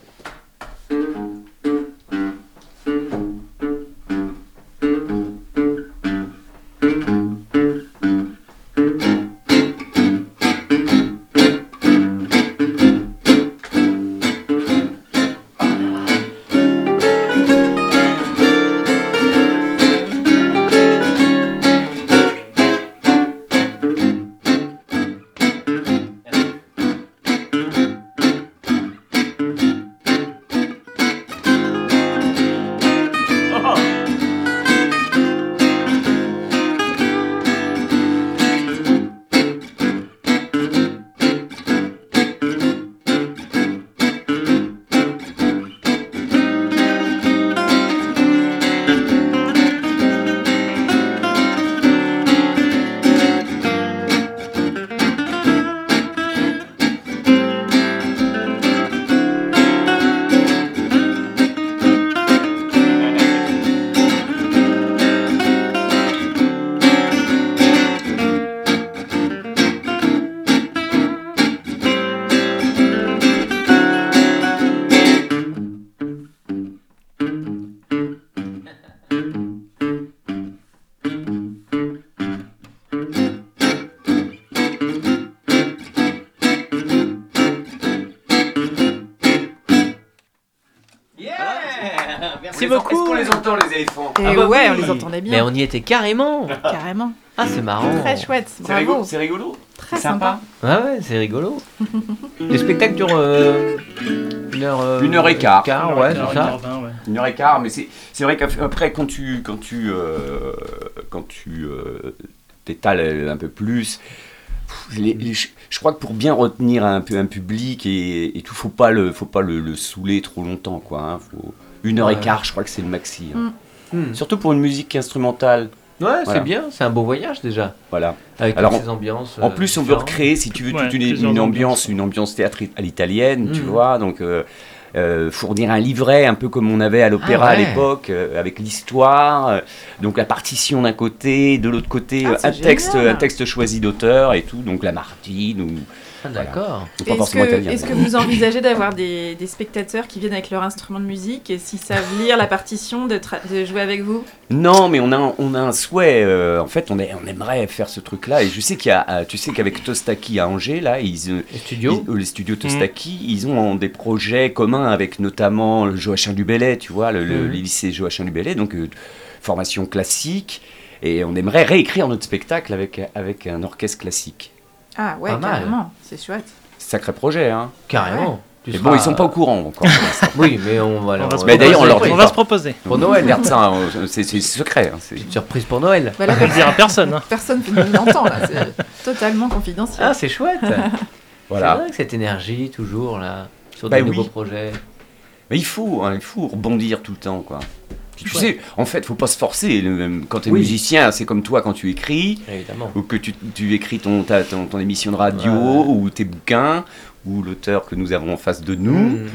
Merci On les en- beaucoup. Est-ce qu'on les entend, les éléphants? Et Ah bah ouais, oui. on les entendait Mais bien, on y était carrément. carrément. Ah, c'est marrant. Très chouette, C'est rigolo, bravo. c'est rigolo. Très C'est sympa. Ah ouais, c'est rigolo. Les spectacles durent euh, une heure... euh, Une heure et quart. ouais, c'est ça. Une heure et quart, mais c'est c'est vrai qu'après quand tu quand tu euh, quand tu euh, t'étales un peu plus, pff, les- les- je, je crois que pour bien retenir un peu un public et, et tout, faut pas le faut pas le, le saouler trop longtemps, quoi. Hein, faut une heure Ouais. et quart, je crois que c'est le maxi. Hein. Hmm. Surtout pour une musique instrumentale, Ouais, c'est Voilà. bien, c'est un beau voyage déjà. voilà. Avec Alors, toutes ces ambiances. En euh, plus, on veut différentes. recréer, si tu veux, Ouais, toute une, plusieurs une ambiances. ambiance, une ambiance théâtre à l'italienne, tu Mm. vois. Donc, euh, euh, fournir un livret, un peu comme on avait à l'opéra Ah à ouais. l'époque, euh, avec l'histoire, euh, donc la partition d'un côté, de l'autre côté, Ah, euh, c'est un texte, génial. un texte choisi d'auteur et tout. Donc la Martine ou Ah, d'accord. ou pas Est-ce forcément que, italien. est-ce que vous envisagez d'avoir des, des spectateurs qui viennent avec leur instrument de musique et s'ils savent lire la partition, de, tra- de jouer avec vous? Non, mais on a, un- on a un souhait. euh, en fait, on, est, on aimerait faire ce truc-là. Et je sais qu'il y a, euh, tu sais qu'avec Tostaki à Angers, là, ils, euh, Les studios. Ils- euh, les studios Tostaki, ils ont des projets communs avec notamment le Joachim du Bellay, tu vois, le, le- Mhm. les lycées Joachim du Bellay, donc euh, formation classique. Et on aimerait réécrire notre spectacle avec, avec un orchestre classique. Ah ouais, Pas mal. carrément, c'est chouette. Sacré projet, hein. Carrément. Tu Mais seras- bon, ils sont pas au courant encore. Oui, mais on va leur. On va se Mais d'ailleurs, on leur proposer. dit On va pas. se proposer. Pour Noël, regarde ça, hein, c'est c'est secret. hein, c'est- Petite surprise pour Noël. Bah là, On ne le dira à personne. hein. personne ne l'entend là, c'est totalement confidentiel. Ah, c'est chouette. C'est Voilà. vrai que cette énergie, toujours là, sur Bah des oui. nouveaux projets. Mais il faut, hein, il faut rebondir tout le temps, quoi. Puis tu sais, en fait, faut pas se forcer. Le- Quand tu es Oui. musicien, c'est comme toi quand tu écris. Évidemment. Ou que tu, tu écris ton, ta- ton, ton émission de radio, Ouais, ouais. ou tes bouquins, ou l'auteur que nous avons en face de nous, Mmh.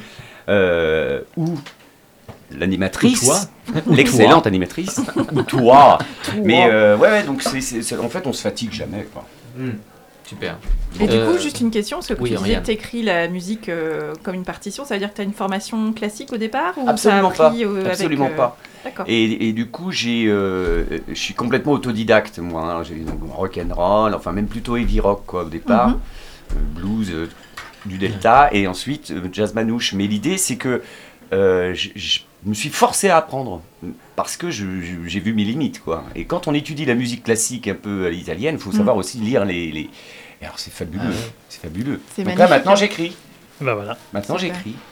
euh, ou l'animatrice, Ou toi. l'excellente animatrice, ou toi. Mais euh, ouais, ouais, donc c'est, c'est- c'est- en fait, on se fatigue jamais, quoi. Mmh. Super. Et du Euh, coup, juste une question, parce que oui, tu disais Oriane. que tu écris la musique euh, comme une partition, ça veut dire que tu as une formation classique au départ ou Absolument t'as appris, pas, euh, avec, absolument euh, pas. D'accord. Et, et du coup, j'ai, euh, je suis complètement autodidacte, moi. hein. J'ai donc rock and roll, enfin même plutôt heavy rock, quoi, au départ, Mhm. Euh, blues, euh, du Delta, et ensuite euh, jazz manouche. Mais l'idée, c'est que euh, je, je me suis forcé à apprendre parce que je- je- j'ai vu mes limites, quoi. Et quand on étudie la musique classique un peu à l'italienne, il faut savoir aussi lire les. les... Et alors c'est fabuleux, Ah ouais. c'est fabuleux. C'est Donc là, magnifique. maintenant, j'écris. Bah voilà. Maintenant, Super. j'écris.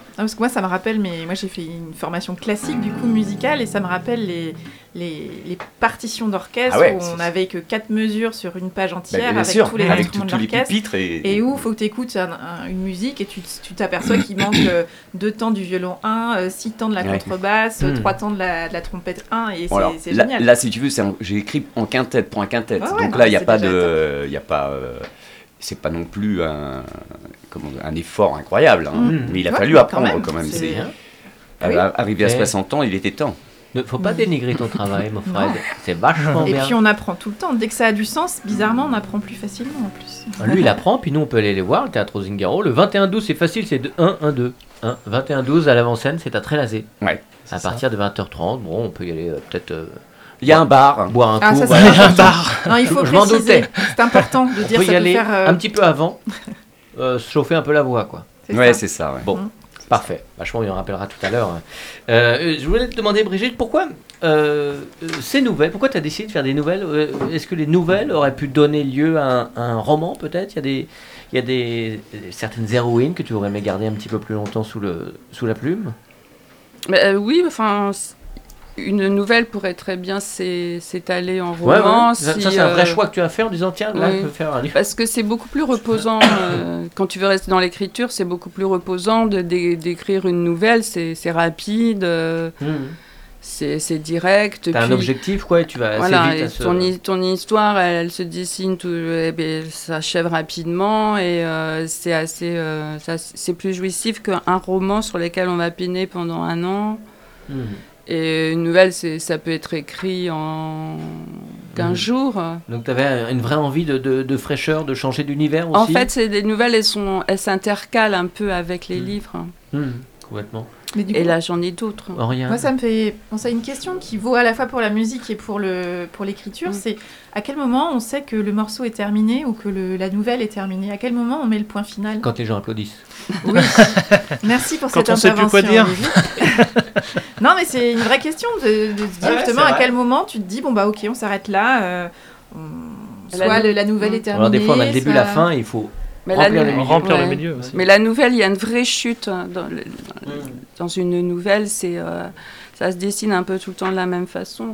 Non, parce que moi, ça me rappelle, mais moi j'ai fait une formation classique du coup musicale et ça me rappelle les, les, les partitions d'orchestre Ah ouais, où c'est- on n'avait que quatre mesures sur une page Bah, entière bien avec sûr, tous les avec instruments tous de tous les l'orchestre. pupitres et, Et où il faut que tu écoutes un- un- une musique et tu tu t'aperçois qu'il manque euh, deux temps du violon un, six temps de la Ouais. contrebasse, Hmm. trois temps de la, de la trompette un et c'est Bon, alors, c'est là, génial. là, si tu veux, c'est un- j'ai écrit en quintette pour un quintette. Ouais, ouais, Donc non, là, il n'y a c'est pas déjà de, il y a pas, euh, c'est pas non plus un, comment, un effort incroyable. hein. Mm. Mais il a Ouais, fallu mais quand apprendre même, quand même. c'est- C'est, Bien. Oui. à- Arrivé à Et- soixante ans, il était temps. Ne faut pas dénigrer ton travail, mon Fred. Non. C'est vachement Et bien. puis on apprend tout le temps. Dès que ça a du sens, bizarrement, on apprend plus facilement en plus. Lui, il apprend, puis nous, on peut aller les voir, le Théâtre Zingaro. Le vingt et un douze, c'est facile, c'est de un un deux. Hein, vingt et un douze à l'avant-scène, c'est à Trélazé. Ouais. À partir de vingt heures trente, bon, on peut y aller euh, peut-être euh, Il y a un bar. boire un Ah, coup. ça, voilà. c'est important. Non, il faut Je m'en préciser. doutais. C'est important de On dire peut ça y peut aller faire. euh, un petit peu avant, euh, se chauffer un peu la voix, quoi. c'est Ouais, ça. c'est ça. Ouais. Bon, Mhm. parfait. Vachement, il en rappellera tout à l'heure. Euh, je voulais te demander, Brigitte, pourquoi euh, euh, ces nouvelles, pourquoi tu as décidé de faire des nouvelles Euh, Est-ce que les nouvelles auraient pu donner lieu à un, à un roman, peut-être? Il y a, des, il y a des, certaines héroïnes que tu aurais aimé garder un petit peu plus longtemps sous, le, sous la plume? Mais, euh, oui, enfin, c- une nouvelle pourrait très bien s'é- s'étaler en Ouais, ouais. roman. Ça, si, ça, c'est un vrai euh, choix que tu as fait en disant tiens, là, oui. je peux faire un livre. Parce que c'est beaucoup plus reposant, euh, quand tu veux rester dans l'écriture, c'est beaucoup plus reposant de, d'é- d'écrire une nouvelle, c'est c'est rapide, euh, Mmh. c'est c'est direct. T'as un puis- objectif, quoi, et tu vas assez Voilà, vite et à ce... ton, hi- ton histoire, elle, elle se dessine, tout, eh ben, elle s'achève rapidement et euh, c'est assez, euh, ça- c'est plus jouissif qu'un roman sur lequel on va piner pendant un an. Mmh. Et une nouvelle, c'est, ça peut être écrit en quinze Mhm. jours. Donc tu avais une vraie envie de, de, de fraîcheur, de changer d'univers aussi? En fait, c'est des nouvelles, elles, sont, elles s'intercalent un peu avec les Mhm. livres. Mmh, complètement. Mais du Et coup, là, j'en ai d'autres. Oriane. moi, ça me fait penser à une question qui vaut à la fois pour la musique et pour, le, pour l'écriture. Mm. C'est à quel moment on sait que le morceau est terminé ou que le, la nouvelle est terminée? À quel moment on met le point final? Quand les gens applaudissent. Oui. Merci pour Quand cette on sait plus intervention. quoi dire. Olivier. Non, mais c'est une vraie question de, de se dire Ouais, justement c'est à vrai. quel moment tu te dis bon bah ok, on s'arrête là. euh, on- La Soit nou- le- la nouvelle Mm. est terminée. Alors des fois on a le début, soit- la fin, et il faut... Mais Remplir la, le nou- milieu. Remplir ouais. le milieu aussi. Mais la nouvelle, il y a une vraie chute. hein, Dans, le- dans une nouvelle, c'est, euh, ça se dessine un peu tout le temps de la même façon.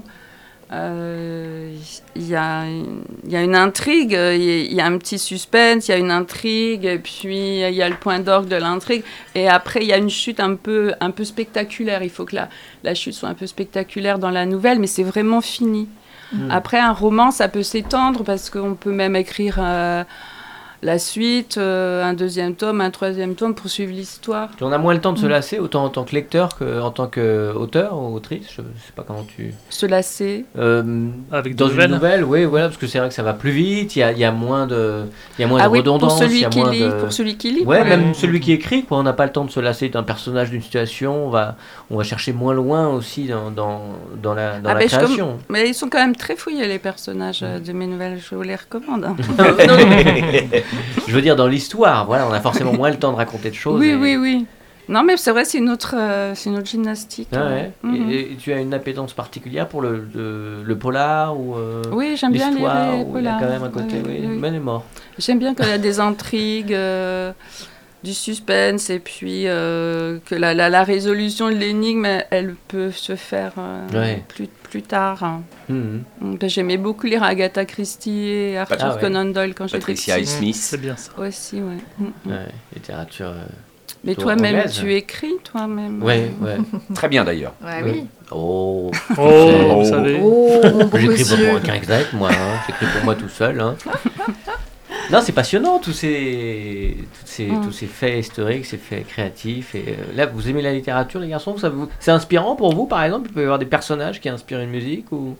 Euh, Il y, a, il y a une intrigue, il y a- il y a un petit suspense, il y a une intrigue, et puis il y a le point d'orgue de l'intrigue. Et après, il y a une chute un peu, un peu spectaculaire. Il faut que la, la chute soit un peu spectaculaire dans la nouvelle, mais c'est vraiment fini. Mmh. Après, un roman, ça peut s'étendre parce qu'on peut même écrire euh, la suite, euh, un deuxième tome, un troisième tome pour suivre l'histoire. On a moins le temps de se Mm. lasser, autant en tant que lecteur qu'en tant qu'auteur ou autrice. Je sais pas comment tu... Se lasser. Euh, Avec dans des une nouvelles. nouvelle, oui, voilà, parce que c'est vrai que ça va plus vite, il y a, il y a moins de, il y a moins Ah de oui, pour redondance, il y celui, a qui moins lit, de... pour celui qui lit. Ouais, pour même le- celui qui écrit, quoi, on n'a pas le temps de se lasser d'un personnage, d'une situation, on va, on va chercher moins loin aussi dans, dans, dans la, dans Ah la ben, je création. Mais ils sont quand même très fouillés, les personnages euh, de mes nouvelles. Je vous les recommande. hein. Non, non, mais- je veux dire, dans l'histoire, voilà, on a forcément moins le temps de raconter de choses. Oui, et- oui, oui. Non, mais c'est vrai, c'est une autre, euh, c'est une autre gymnastique. Ah euh. ouais. Mhm. et, et tu as une appétence particulière pour le, le, le polar ou euh, Oui, j'aime bien lire l'histoire, les où il y a polars. quand même un côté, Ouais, oui, oui, oui. Ben est mort. J'aime bien qu'il y a des intrigues, euh, du suspense, et puis euh, que la, la, la résolution de l'énigme, elle, elle peut se faire euh, Ouais. plus, plus tard. hein. Mhm. Mm, ben, J'aimais beaucoup lire Agatha Christie et Arthur Ah ouais. Conan Doyle quand j'étais Patricia petite. Highsmith. C'est bien ça. Aussi, ouais. Mm, mm. Ouais, littérature. euh, Mais plutôt toi-même, anglaise. tu écris, toi-même. Ouais, ouais. Très bien d'ailleurs. Ouais, Oui. oui. Oh, Oh, Oh. vous savez. Oh, mon beau j'écris pas monsieur. pour un quinquennat, moi, hein. J'écris pour moi tout seul. Hein. Non, c'est passionnant, tous ces, toutes ces, Mm. tous ces faits historiques, ces faits créatifs. Et euh, là, vous aimez la littérature, les garçons? Ça vous... C'est inspirant pour vous, par exemple? Il peut y avoir des personnages qui inspirent une musique ou...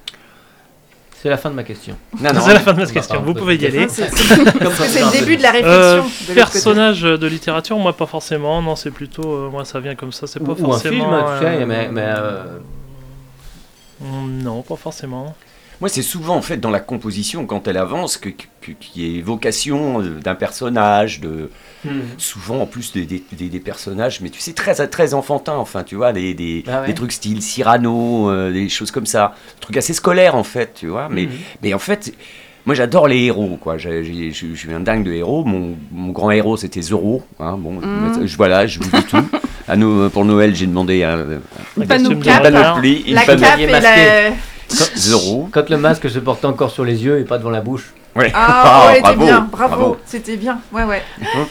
C'est la fin de ma question. Non, non. C'est la fin de notre Bah, question. pardon, Vous pouvez y aller. C'est c'est- Comme ça, c'est un le peu- début de la réflexion. Euh, de l'autre côté. personnage de littérature, moi pas forcément. Non, c'est plutôt, euh, moi ça vient comme ça. C'est Ou, pas ou un forcément. film, tu sais, euh, mais... mais euh, mm, Non, pas forcément. Moi, c'est souvent en fait dans la composition, quand elle avance, que, que, qu'il y ait évocation d'un personnage, de... Mmh. Souvent en plus des, des, des, des personnages, mais tu sais, très, très enfantins, enfin, tu vois, des, des, ah ouais. des trucs style Cyrano, euh, des choses comme ça. Des trucs assez scolaires en fait, tu vois. Mais, mmh. mais en fait, moi j'adore les héros, quoi. J'ai, j'ai, je suis un dingue de héros. Mon, mon grand héros c'était Zorro. Hein, bon, mmh. je, voilà, je vous dis tout. À nous, pour Noël, j'ai demandé un, un panoplie, la cape et la... Quand, Zorro. Quand le masque se porte encore sur les yeux et pas devant la bouche. Ouais. Ah, oh, ouais, bravo, bien, bravo. bravo, c'était bien, ouais, ouais.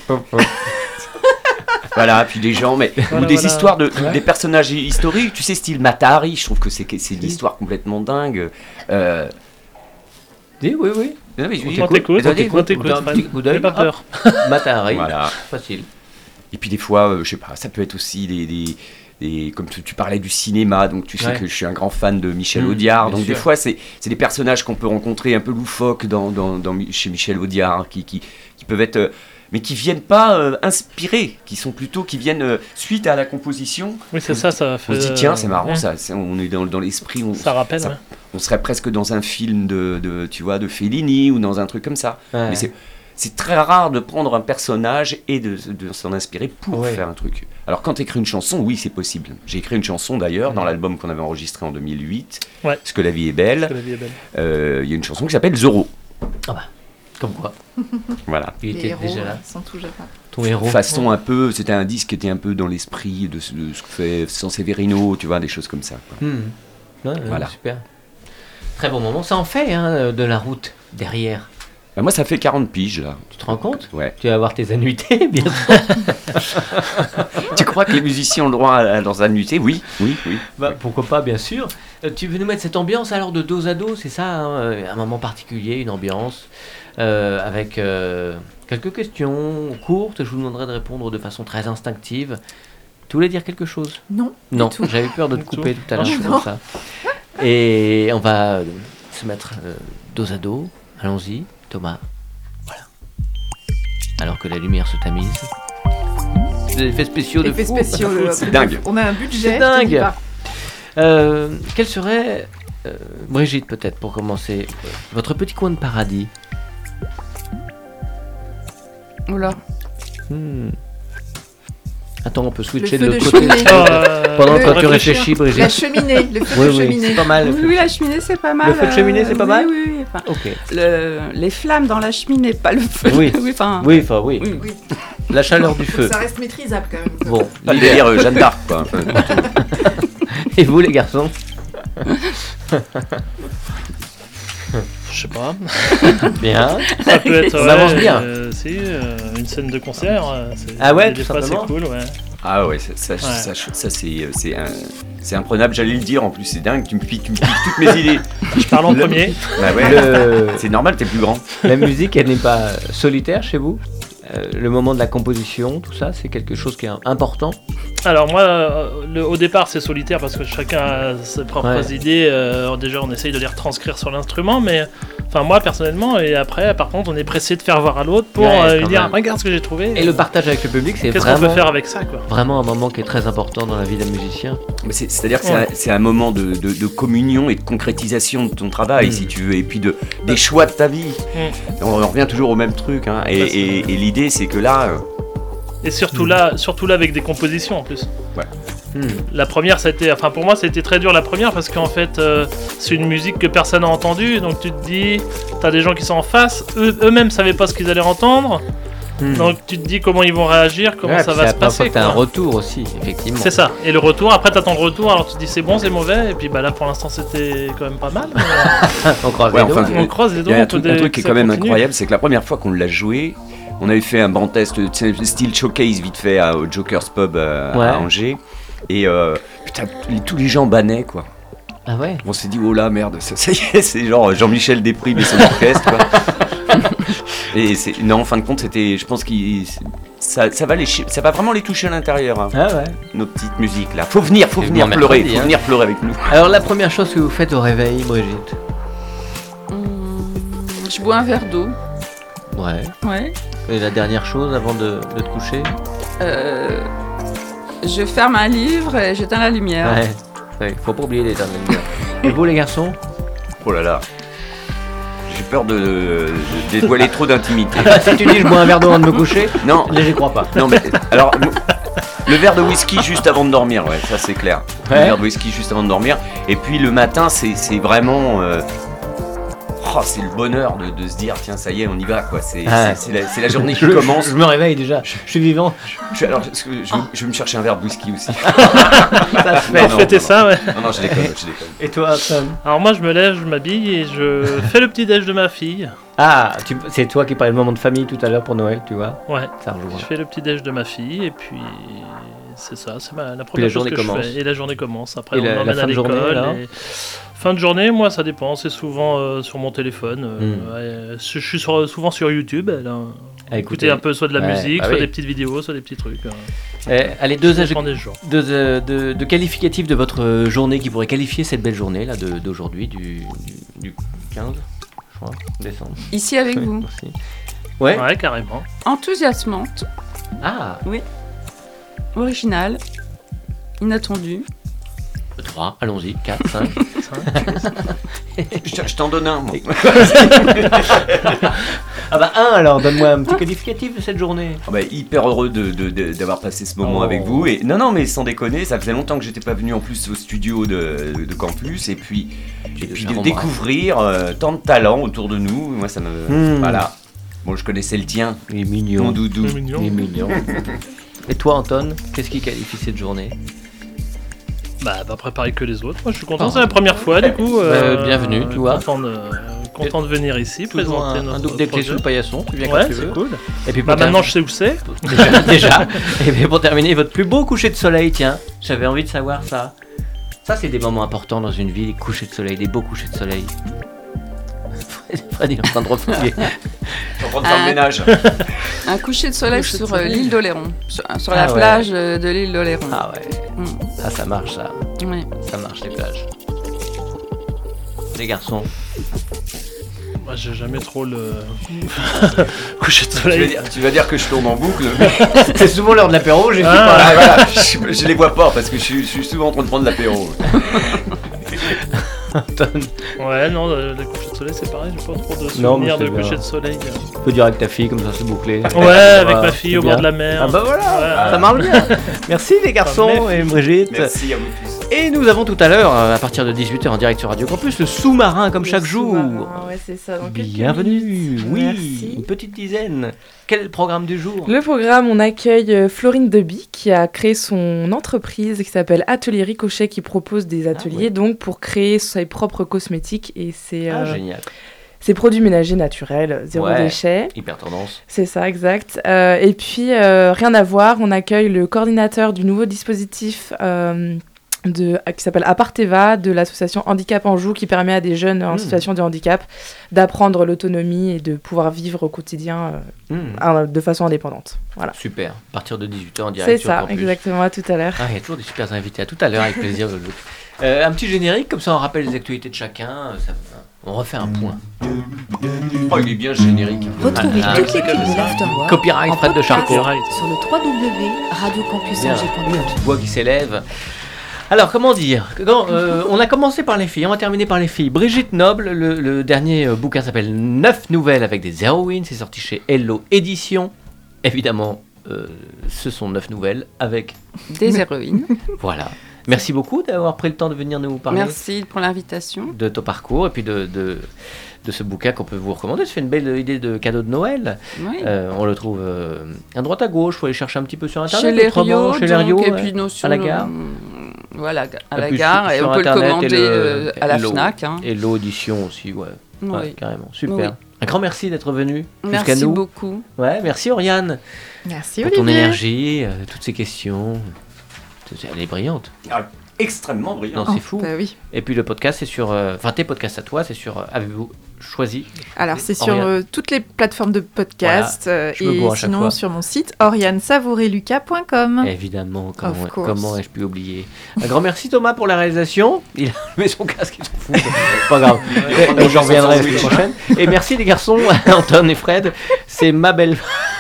Voilà, puis des gens, mais voilà, ou des voilà. histoires de ouais. des personnages historiques, tu sais, style Matahari, je trouve que c'est c'est une histoire complètement dingue. Euh... Oui, oui, oui. Non, mais on t'écoute, on t'écoute, on t'écoute, n'aie pas peur. Matahari, voilà, facile. Et puis des fois, euh, je sais pas, ça peut être aussi des, des Et comme tu, tu parlais du cinéma, donc tu sais ouais. que je suis un grand fan de Michel mmh, Audiard. Donc sûr. Des fois, c'est, c'est des personnages qu'on peut rencontrer un peu loufoques dans, dans, dans, chez Michel Audiard, qui, qui, qui peuvent être, euh, mais qui viennent pas euh, inspirés, qui sont plutôt, qui viennent euh, suite à la composition. Oui, c'est on, ça, ça fait. On se dit tiens, c'est marrant, mmh. ça, c'est, on est dans, dans l'esprit. On, ça rappelle. Ça, ouais. On serait presque dans un film de, de, tu vois, de Fellini ou dans un truc comme ça. Ouais. Mais c'est C'est très rare de prendre un personnage et de, de s'en inspirer pour ouais. faire un truc. Alors quand tu écris une chanson, oui, c'est possible. J'ai écrit une chanson d'ailleurs, mmh. dans l'album qu'on avait enregistré en deux mille huit, ouais. Parce que la vie est belle. Il euh, y a une chanson qui s'appelle Zorro. Ah bah, comme quoi. Voilà. Il était héros, déjà là. Sont toujours pas. Ton héros. Façon ouais. un peu, c'était un disque qui était un peu dans l'esprit de, de ce que fait Sanseverino, tu vois, des choses comme ça. Quoi. Mmh. Ouais, voilà. Ouais, super. Très bon moment. Ça en fait hein, de la route derrière. Bah moi, ça fait quarante piges, là. Tu te rends compte ? Ouais. Tu vas avoir tes annuités bientôt. Tu crois que les musiciens ont le droit à leurs annuités ? Oui, oui, oui. Bah, pourquoi pas, bien sûr. Euh, tu veux nous mettre cette ambiance alors de dos à dos, c'est ça hein, un moment particulier, une ambiance, euh, avec euh, quelques questions courtes. Je vous demanderai de répondre de façon très instinctive. Tu voulais dire quelque chose ? Non. Non, tout. J'avais peur de te couper tout, tout à l'heure comme ça. Et on va euh, se mettre euh, dos à dos. Allons-y. Thomas, voilà. Alors que la lumière se tamise. Des effets spéciaux de effets fou. spéciaux, le, c'est dingue. On a un budget. C'est dingue. Euh, quel serait, euh, Brigitte peut-être pour commencer, votre petit coin de paradis ? Oula. Hmm. Attends, on peut switcher de l'autre de côté. Euh, Pendant que tu réfléchis, Brigitte. La cheminée, le feu oui, de oui, cheminée. C'est pas mal. Oui, oui, la cheminée, c'est pas mal. Le feu de cheminée, c'est pas euh, mal. Oui, oui, oui. Enfin, ok. Le, les flammes dans la cheminée, pas le feu. Oui, oui, enfin. Oui, enfin, oui. oui. oui. La chaleur du feu. Ça reste maîtrisable quand même. Bon, pas le délire euh, Jeanne d'Arc, quoi. Et vous, les garçons ? Je sais pas. Bien. Ça peut être. On ouais, avance bien. Euh, si, euh, une scène de concert. C'est, ah ouais, tout simplement. C'est cool, ouais. Ah ouais, ça, ça, ouais. ça, ça, ça c'est, c'est, un, c'est imprenable, j'allais le dire en plus, c'est dingue, tu me piques, tu me piques toutes mes idées. Je parle en le, premier. Bah ouais, le... c'est normal, t'es plus grand. La musique, elle n'est pas solitaire chez vous ? euh, Le moment de la composition, tout ça, c'est quelque chose qui est important ? Alors moi, le, au départ, c'est solitaire parce que chacun a ses propres ouais. idées. Euh, déjà, on essaye de les retranscrire sur l'instrument, mais enfin moi personnellement. Et après, par contre, on est pressé de faire voir à l'autre pour ouais, euh, lui dire regarde ce que j'ai trouvé. Et le partage avec le public, c'est qu'est-ce vraiment, qu'on peut faire avec ça, quoi. Vraiment un moment qui est très important dans la vie d'un musicien. Mais c'est, c'est-à-dire que ouais. c'est, un, c'est un moment de, de, de communion et de concrétisation de ton travail, mmh. si tu veux, et puis de des choix de ta vie. Mmh. On, on revient toujours au même truc, hein, et, et, et l'idée, c'est que là. Euh, Et surtout mmh. là, surtout là avec des compositions en plus. Ouais. Mmh. La première, ça a été, enfin pour moi, ça a été très dur la première parce qu'en fait, euh, c'est une musique que personne n'a entendue, donc tu te dis, t'as des gens qui sont en face, eux, eux-mêmes savaient pas ce qu'ils allaient entendre, mmh. donc tu te dis comment ils vont réagir, comment ouais, ça va se passer. T'as un retour aussi, effectivement. C'est ça. Et le retour, après t'attends le retour, alors tu te dis c'est bon, c'est mauvais, et puis bah là pour l'instant c'était quand même pas mal. Mais... on croise ouais, les doigts. enfin, on croise les doigts. Il y a un truc, des, un truc qui est quand même continue. incroyable, c'est que la première fois qu'on l'a joué. On avait fait un grand test, style showcase vite fait à, au Joker's Pub à, ouais. à Angers. Et euh, putain, tous les gens bannaient quoi. Ah ouais. On s'est dit, oh là merde, ça, ça y est, c'est genre Jean-Michel Després et son orchestre quoi. Et c'est, non, en fin de compte, c'était, je pense que ça, ça, va les, ça va vraiment les toucher à l'intérieur. Hein, ah ouais. Nos petites musiques là. Faut venir, faut venir pleurer, faut hein. venir pleurer avec nous. Alors la première chose que vous faites au réveil, Brigitte ? mmh, Je bois un verre d'eau. Ouais. Ouais. Et la dernière chose avant de, de te coucher ? euh, Je ferme un livre et j'éteins la lumière. Ouais, ouais, faut pas oublier d'éteindre la lumière. Et vous les garçons ? Oh là là, peur de, de dévoiler trop d'intimité. Si tu dis je bois un verre d'eau avant de me coucher, Non, là j'y crois pas. non mais alors le verre de whisky juste avant de dormir, ouais, ça c'est clair. Le Ouais. verre de whisky juste avant de dormir. Et puis le matin, c'est, c'est vraiment, euh, oh, c'est le bonheur de, de se dire tiens ça y est on y va quoi. C'est, Ah. c'est, c'est, la, c'est la journée qui Je, commence. je me réveille déjà, je suis vivant. Je, alors je, je, je, je vais me chercher un verre de whisky aussi. Ça se fait. Non, Pour non, fêter non, ça, ouais. Non non je déconne, je déconne. Et toi, Tom? Alors moi, je me lève, je m'habille et je fais le petit déj de ma fille. Ah, tu- c'est toi qui parlais de moment de famille tout à l'heure pour Noël, tu vois. Ouais. Ça rejoint. Je fais le petit déj de ma fille et puis c'est ça, c'est ma, la la première chose journée que commence. je fais. Et la journée commence. Après, Et on la- la l'emmène fin à de journée, l'école. alors et... Fin de journée, moi, ça dépend. C'est souvent euh, sur mon téléphone. euh, ouais, je suis sur- souvent sur YouTube. là, À écouter écouter. un peu soit de la Ouais, musique, bah soit oui. des petites vidéos, soit des petits trucs. euh, Eh, allez, deux, ça adjec- dépend des jours. deux, euh, de, de qualificatifs de votre journée qui pourraient qualifier cette belle journée là de- d'aujourd'hui, du, du, du quinze, je crois, décembre. Ici avec Oui, vous. merci. Ouais. Ouais, carrément. Enthousiasmante, Ah, originale, inattendue. trois, allons-y, quatre, cinq. Je, je t'en donne un moi. Ah bah un alors, donne-moi un petit qualificatif de cette journée. Ah bah, hyper heureux de, de- de- d'avoir passé ce moment Oh. avec vous. Et non, non, mais sans déconner, ça faisait longtemps que j'étais pas venu en plus au studio de, de Campus. Et puis, et puis de découvrir euh, tant de talents autour de nous. Moi, ça me. Hmm. Voilà. Bon, je connaissais le tien, Il est mon mignon. doudou. C'est mignon. Il est mignon. Et toi, Anton, qu'est-ce qui qualifie cette journée? Bah, pas préparé que les autres. Moi, je suis content. Oh. C'est la première fois, du coup. Bah, bienvenue, tu vois. Content de, content de venir ici, Toujours présenter un, notre un double des clés projet. sous le paillasson, tu viens quand Ouais, tu c'est veux. cool. Et puis Bah, pour maintenant, terminer- je sais où c'est. déjà, déjà. Et puis pour terminer, votre plus beau coucher de soleil, tiens, j'avais envie de savoir ça. Ça, c'est des moments importants dans une vie, les couchers de soleil, des beaux couchers de soleil. Fred, il est en train de refouiller. Je suis en train de faire Ah. le ménage. Un coucher de soleil Coucher de sur euh, soleil. l'île d'Oléron, sur, sur Ah la ouais. plage euh, de l'île d'Oléron. Ah ouais, Mm. ah, ça marche, ça. Ouais. Ça marche, les plages. Les garçons. Moi, j'ai jamais trop le coucher de Tu vas, soleil. dire, tu vas dire que je tourne en boucle. C'est souvent l'heure de l'apéro, j'ai Ah. fait pas. Ah, voilà, je, je les vois pas parce que je, suis- je suis souvent en train de prendre l'apéro. Ouais, non, le, le coucher de soleil, c'est pareil. J'ai pas trop de Non, mais souvenirs c'est de bien. coucher de soleil. Tu peux dire avec ta fille, comme ça c'est bouclé. Ouais, avec Ah, ma fille c'est au bord bien. de la mer. Ah bah voilà, Ouais. ça marche bien. Merci les garçons Merci. et Brigitte. Merci à vous tous. Et nous avons tout à l'heure, euh, à partir de dix-huit heures en direct sur Radio Campus, le sous-marin comme Le chaque jour. sous-marin, Ouais, c'est ça. dans quelques Bienvenue, minutes. oui, Merci. une petite dizaine. Quel est le programme du jour? Le programme, on accueille euh, Florine Deby qui a créé son entreprise qui s'appelle Atelier Ricochet qui propose des ateliers ouais. donc pour créer ses propres cosmétiques et ses, Ah, euh, génial, ses produits ménagers naturels, zéro Ouais. déchet. hyper tendance. C'est ça, exact. Euh, et puis, euh, rien à voir, on accueille le coordinateur du nouveau dispositif euh, de, qui s'appelle Aparteva, de l'association Handicap Anjou, qui permet à des jeunes en Mmh. situation de handicap d'apprendre l'autonomie et de pouvoir vivre au quotidien euh, Hmm, euh, de façon indépendante. Voilà. Super, à partir de dix-huit heures en C'est direct sur ça, Campus. exactement, à tout à l'heure. Ah, il y a toujours des super invités. À tout à l'heure, avec plaisir. Euh, un petit générique, comme ça on rappelle les actualités de chacun. Ça, on refait un point. Oh, il est bien générique. Retrouvez Ah, toutes ah, les clips de l'Afterwork Copyright en Fred de podcast Charcot. Copyright. sur le w w w point radio campus angers point com. Une petite voix qui s'élève. Alors, comment dire Quand, euh, on a commencé par les filles, on va terminer par les filles. Brigitte Noble, le, le dernier euh, bouquin s'appelle neuf nouvelles avec des héroïnes. C'est sorti chez Hello Édition. Évidemment, euh, ce sont neuf nouvelles avec... Des héroïnes. Voilà. Merci beaucoup d'avoir pris le temps de venir nous parler Merci pour l'invitation. de ton parcours et puis de, de, de ce bouquin qu'on peut vous recommander. Ça fait une belle idée de cadeau de Noël. Oui. Euh, on le trouve euh, à droite à gauche, il faut aller chercher un petit peu sur internet. Chez les autrement, Rio, chez les donc, Rio, et ouais. puis non, sur à la le- gare. Voilà, à Et la puis gare, sur- et sur on peut le Internet et commander le- euh, à la Hello. Fnac. Hein. Et l'audition aussi, ouais. Oui. Ouais, carrément. Super. Oui. Un grand merci d'être venu jusqu'à Merci nous. beaucoup. Ouais, merci Oriane Merci pour Olivier. ton énergie, euh, toutes ces questions. Elle est brillante. Ah, extrêmement brillant. Non, c'est fou. Bah oui. Et puis le podcast, c'est sur. euh, Enfin, tes podcasts à toi, c'est sur. euh, Avez-vous choisi Alors, c'est sur Oriane. euh, toutes les plateformes de podcast euh, je me et gourre à chaque sinon fois. sur mon site oriane savourer lucas point com. Évidemment, comment, Of course. comment ai-je pu oublier. Un grand merci Thomas pour la réalisation. Il a levé son casque, il s'en fout. Pas grave. Ouais, J'en reviendrai la sandwich. semaine prochaine. Et merci les garçons, Anton et Fred. C'est ma belle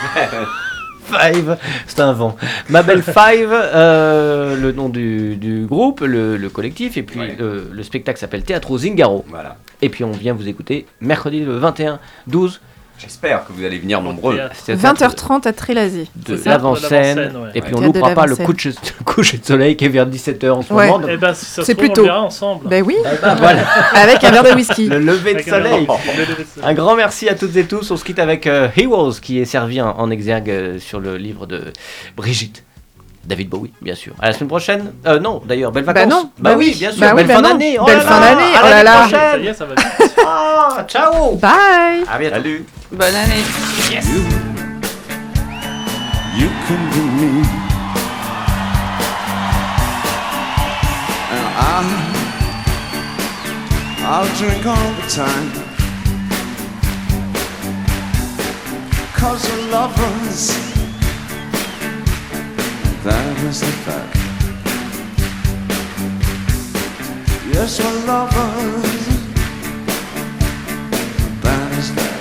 Five. C'est un vent. Ma belle Five, euh, le nom du, du groupe, le, le collectif. Et puis Ouais. le, le spectacle s'appelle Teatro Zingaro. Voilà. Et puis on vient vous écouter mercredi le vingt et un douze. J'espère que vous allez venir nombreux. vingt heures trente à Trélazé. De l'avant-scène. Ouais. Et puis on ne loupera pas le coucher coucher de soleil qui est vers dix-sept heures en ce ouais. moment. Et bah, si ça c'est se trouve, plutôt. on le verra ensemble. Ben oui. Eh ben, voilà. Avec un verre de whisky. Le lever de soleil. Un... un grand merci à toutes et tous. On se quitte avec euh, Heroes qui est servi en, en exergue euh, sur le livre de Brigitte. David Bowie, bien sûr. À la semaine prochaine. Euh, non, d'ailleurs, belles vacances. Bah non. Bah, bah oui, oui, bien sûr. Bah belle oui, fin bah d'année. Non. Oh belle là fin là. d'année. À Oh là là. Ça y est, ça va vite. Ah, ciao. Bye. À bientôt. Salut. Bonne année. Yes. You, you can be me, and I, I'll drink all the time, 'cause we're lovers, that is the fact. Yes, we're lovers, that is that.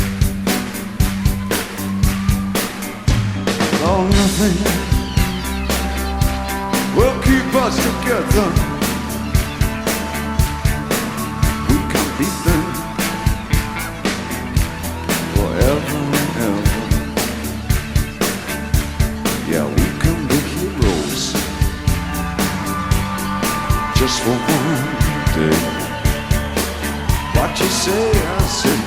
Oh, nothing will keep us together. We can be them forever and ever. Yeah, we can be heroes just for one day. What you say, I say.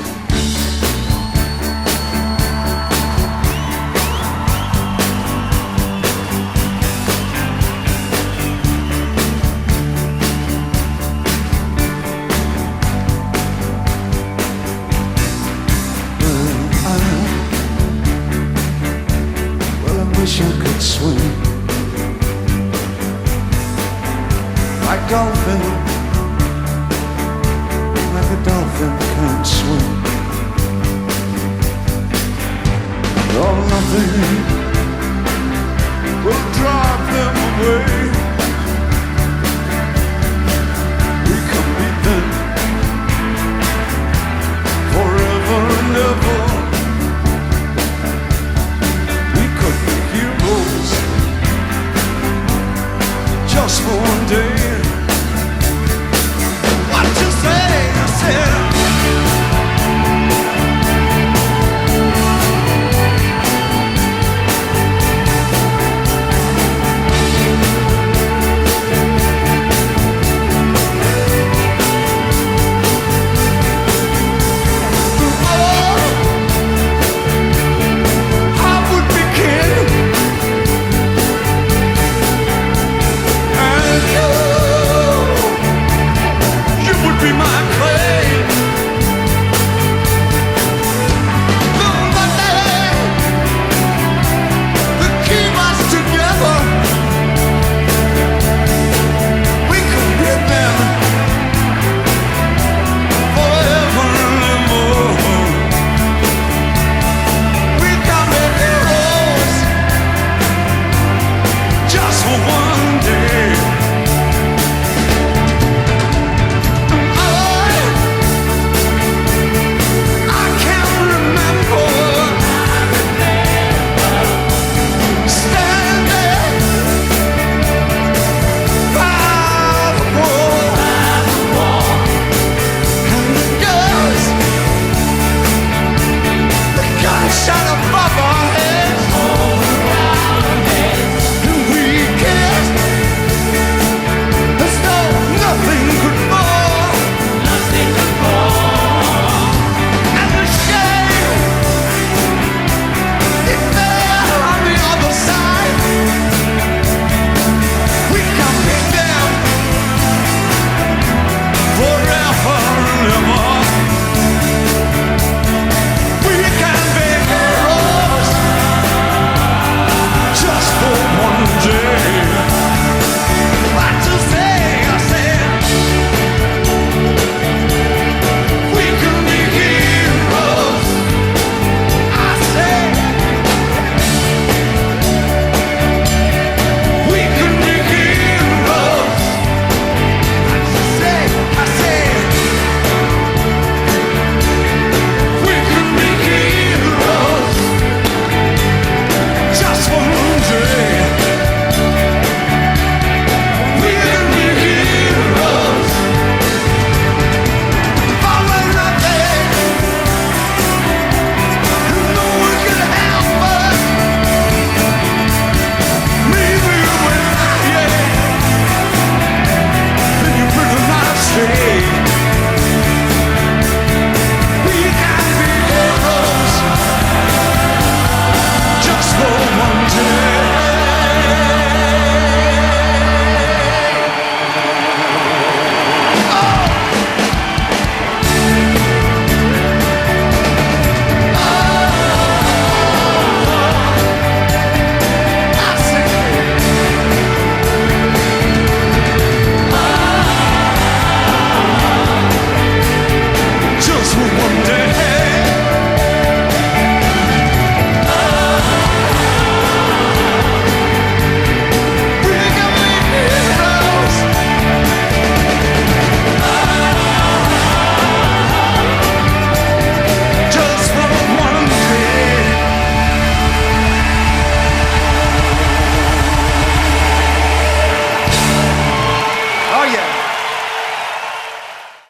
Wish I could swim like dolphin, like a dolphin can swim. Oh, nothing will drive them away. We can beat them forever and ever.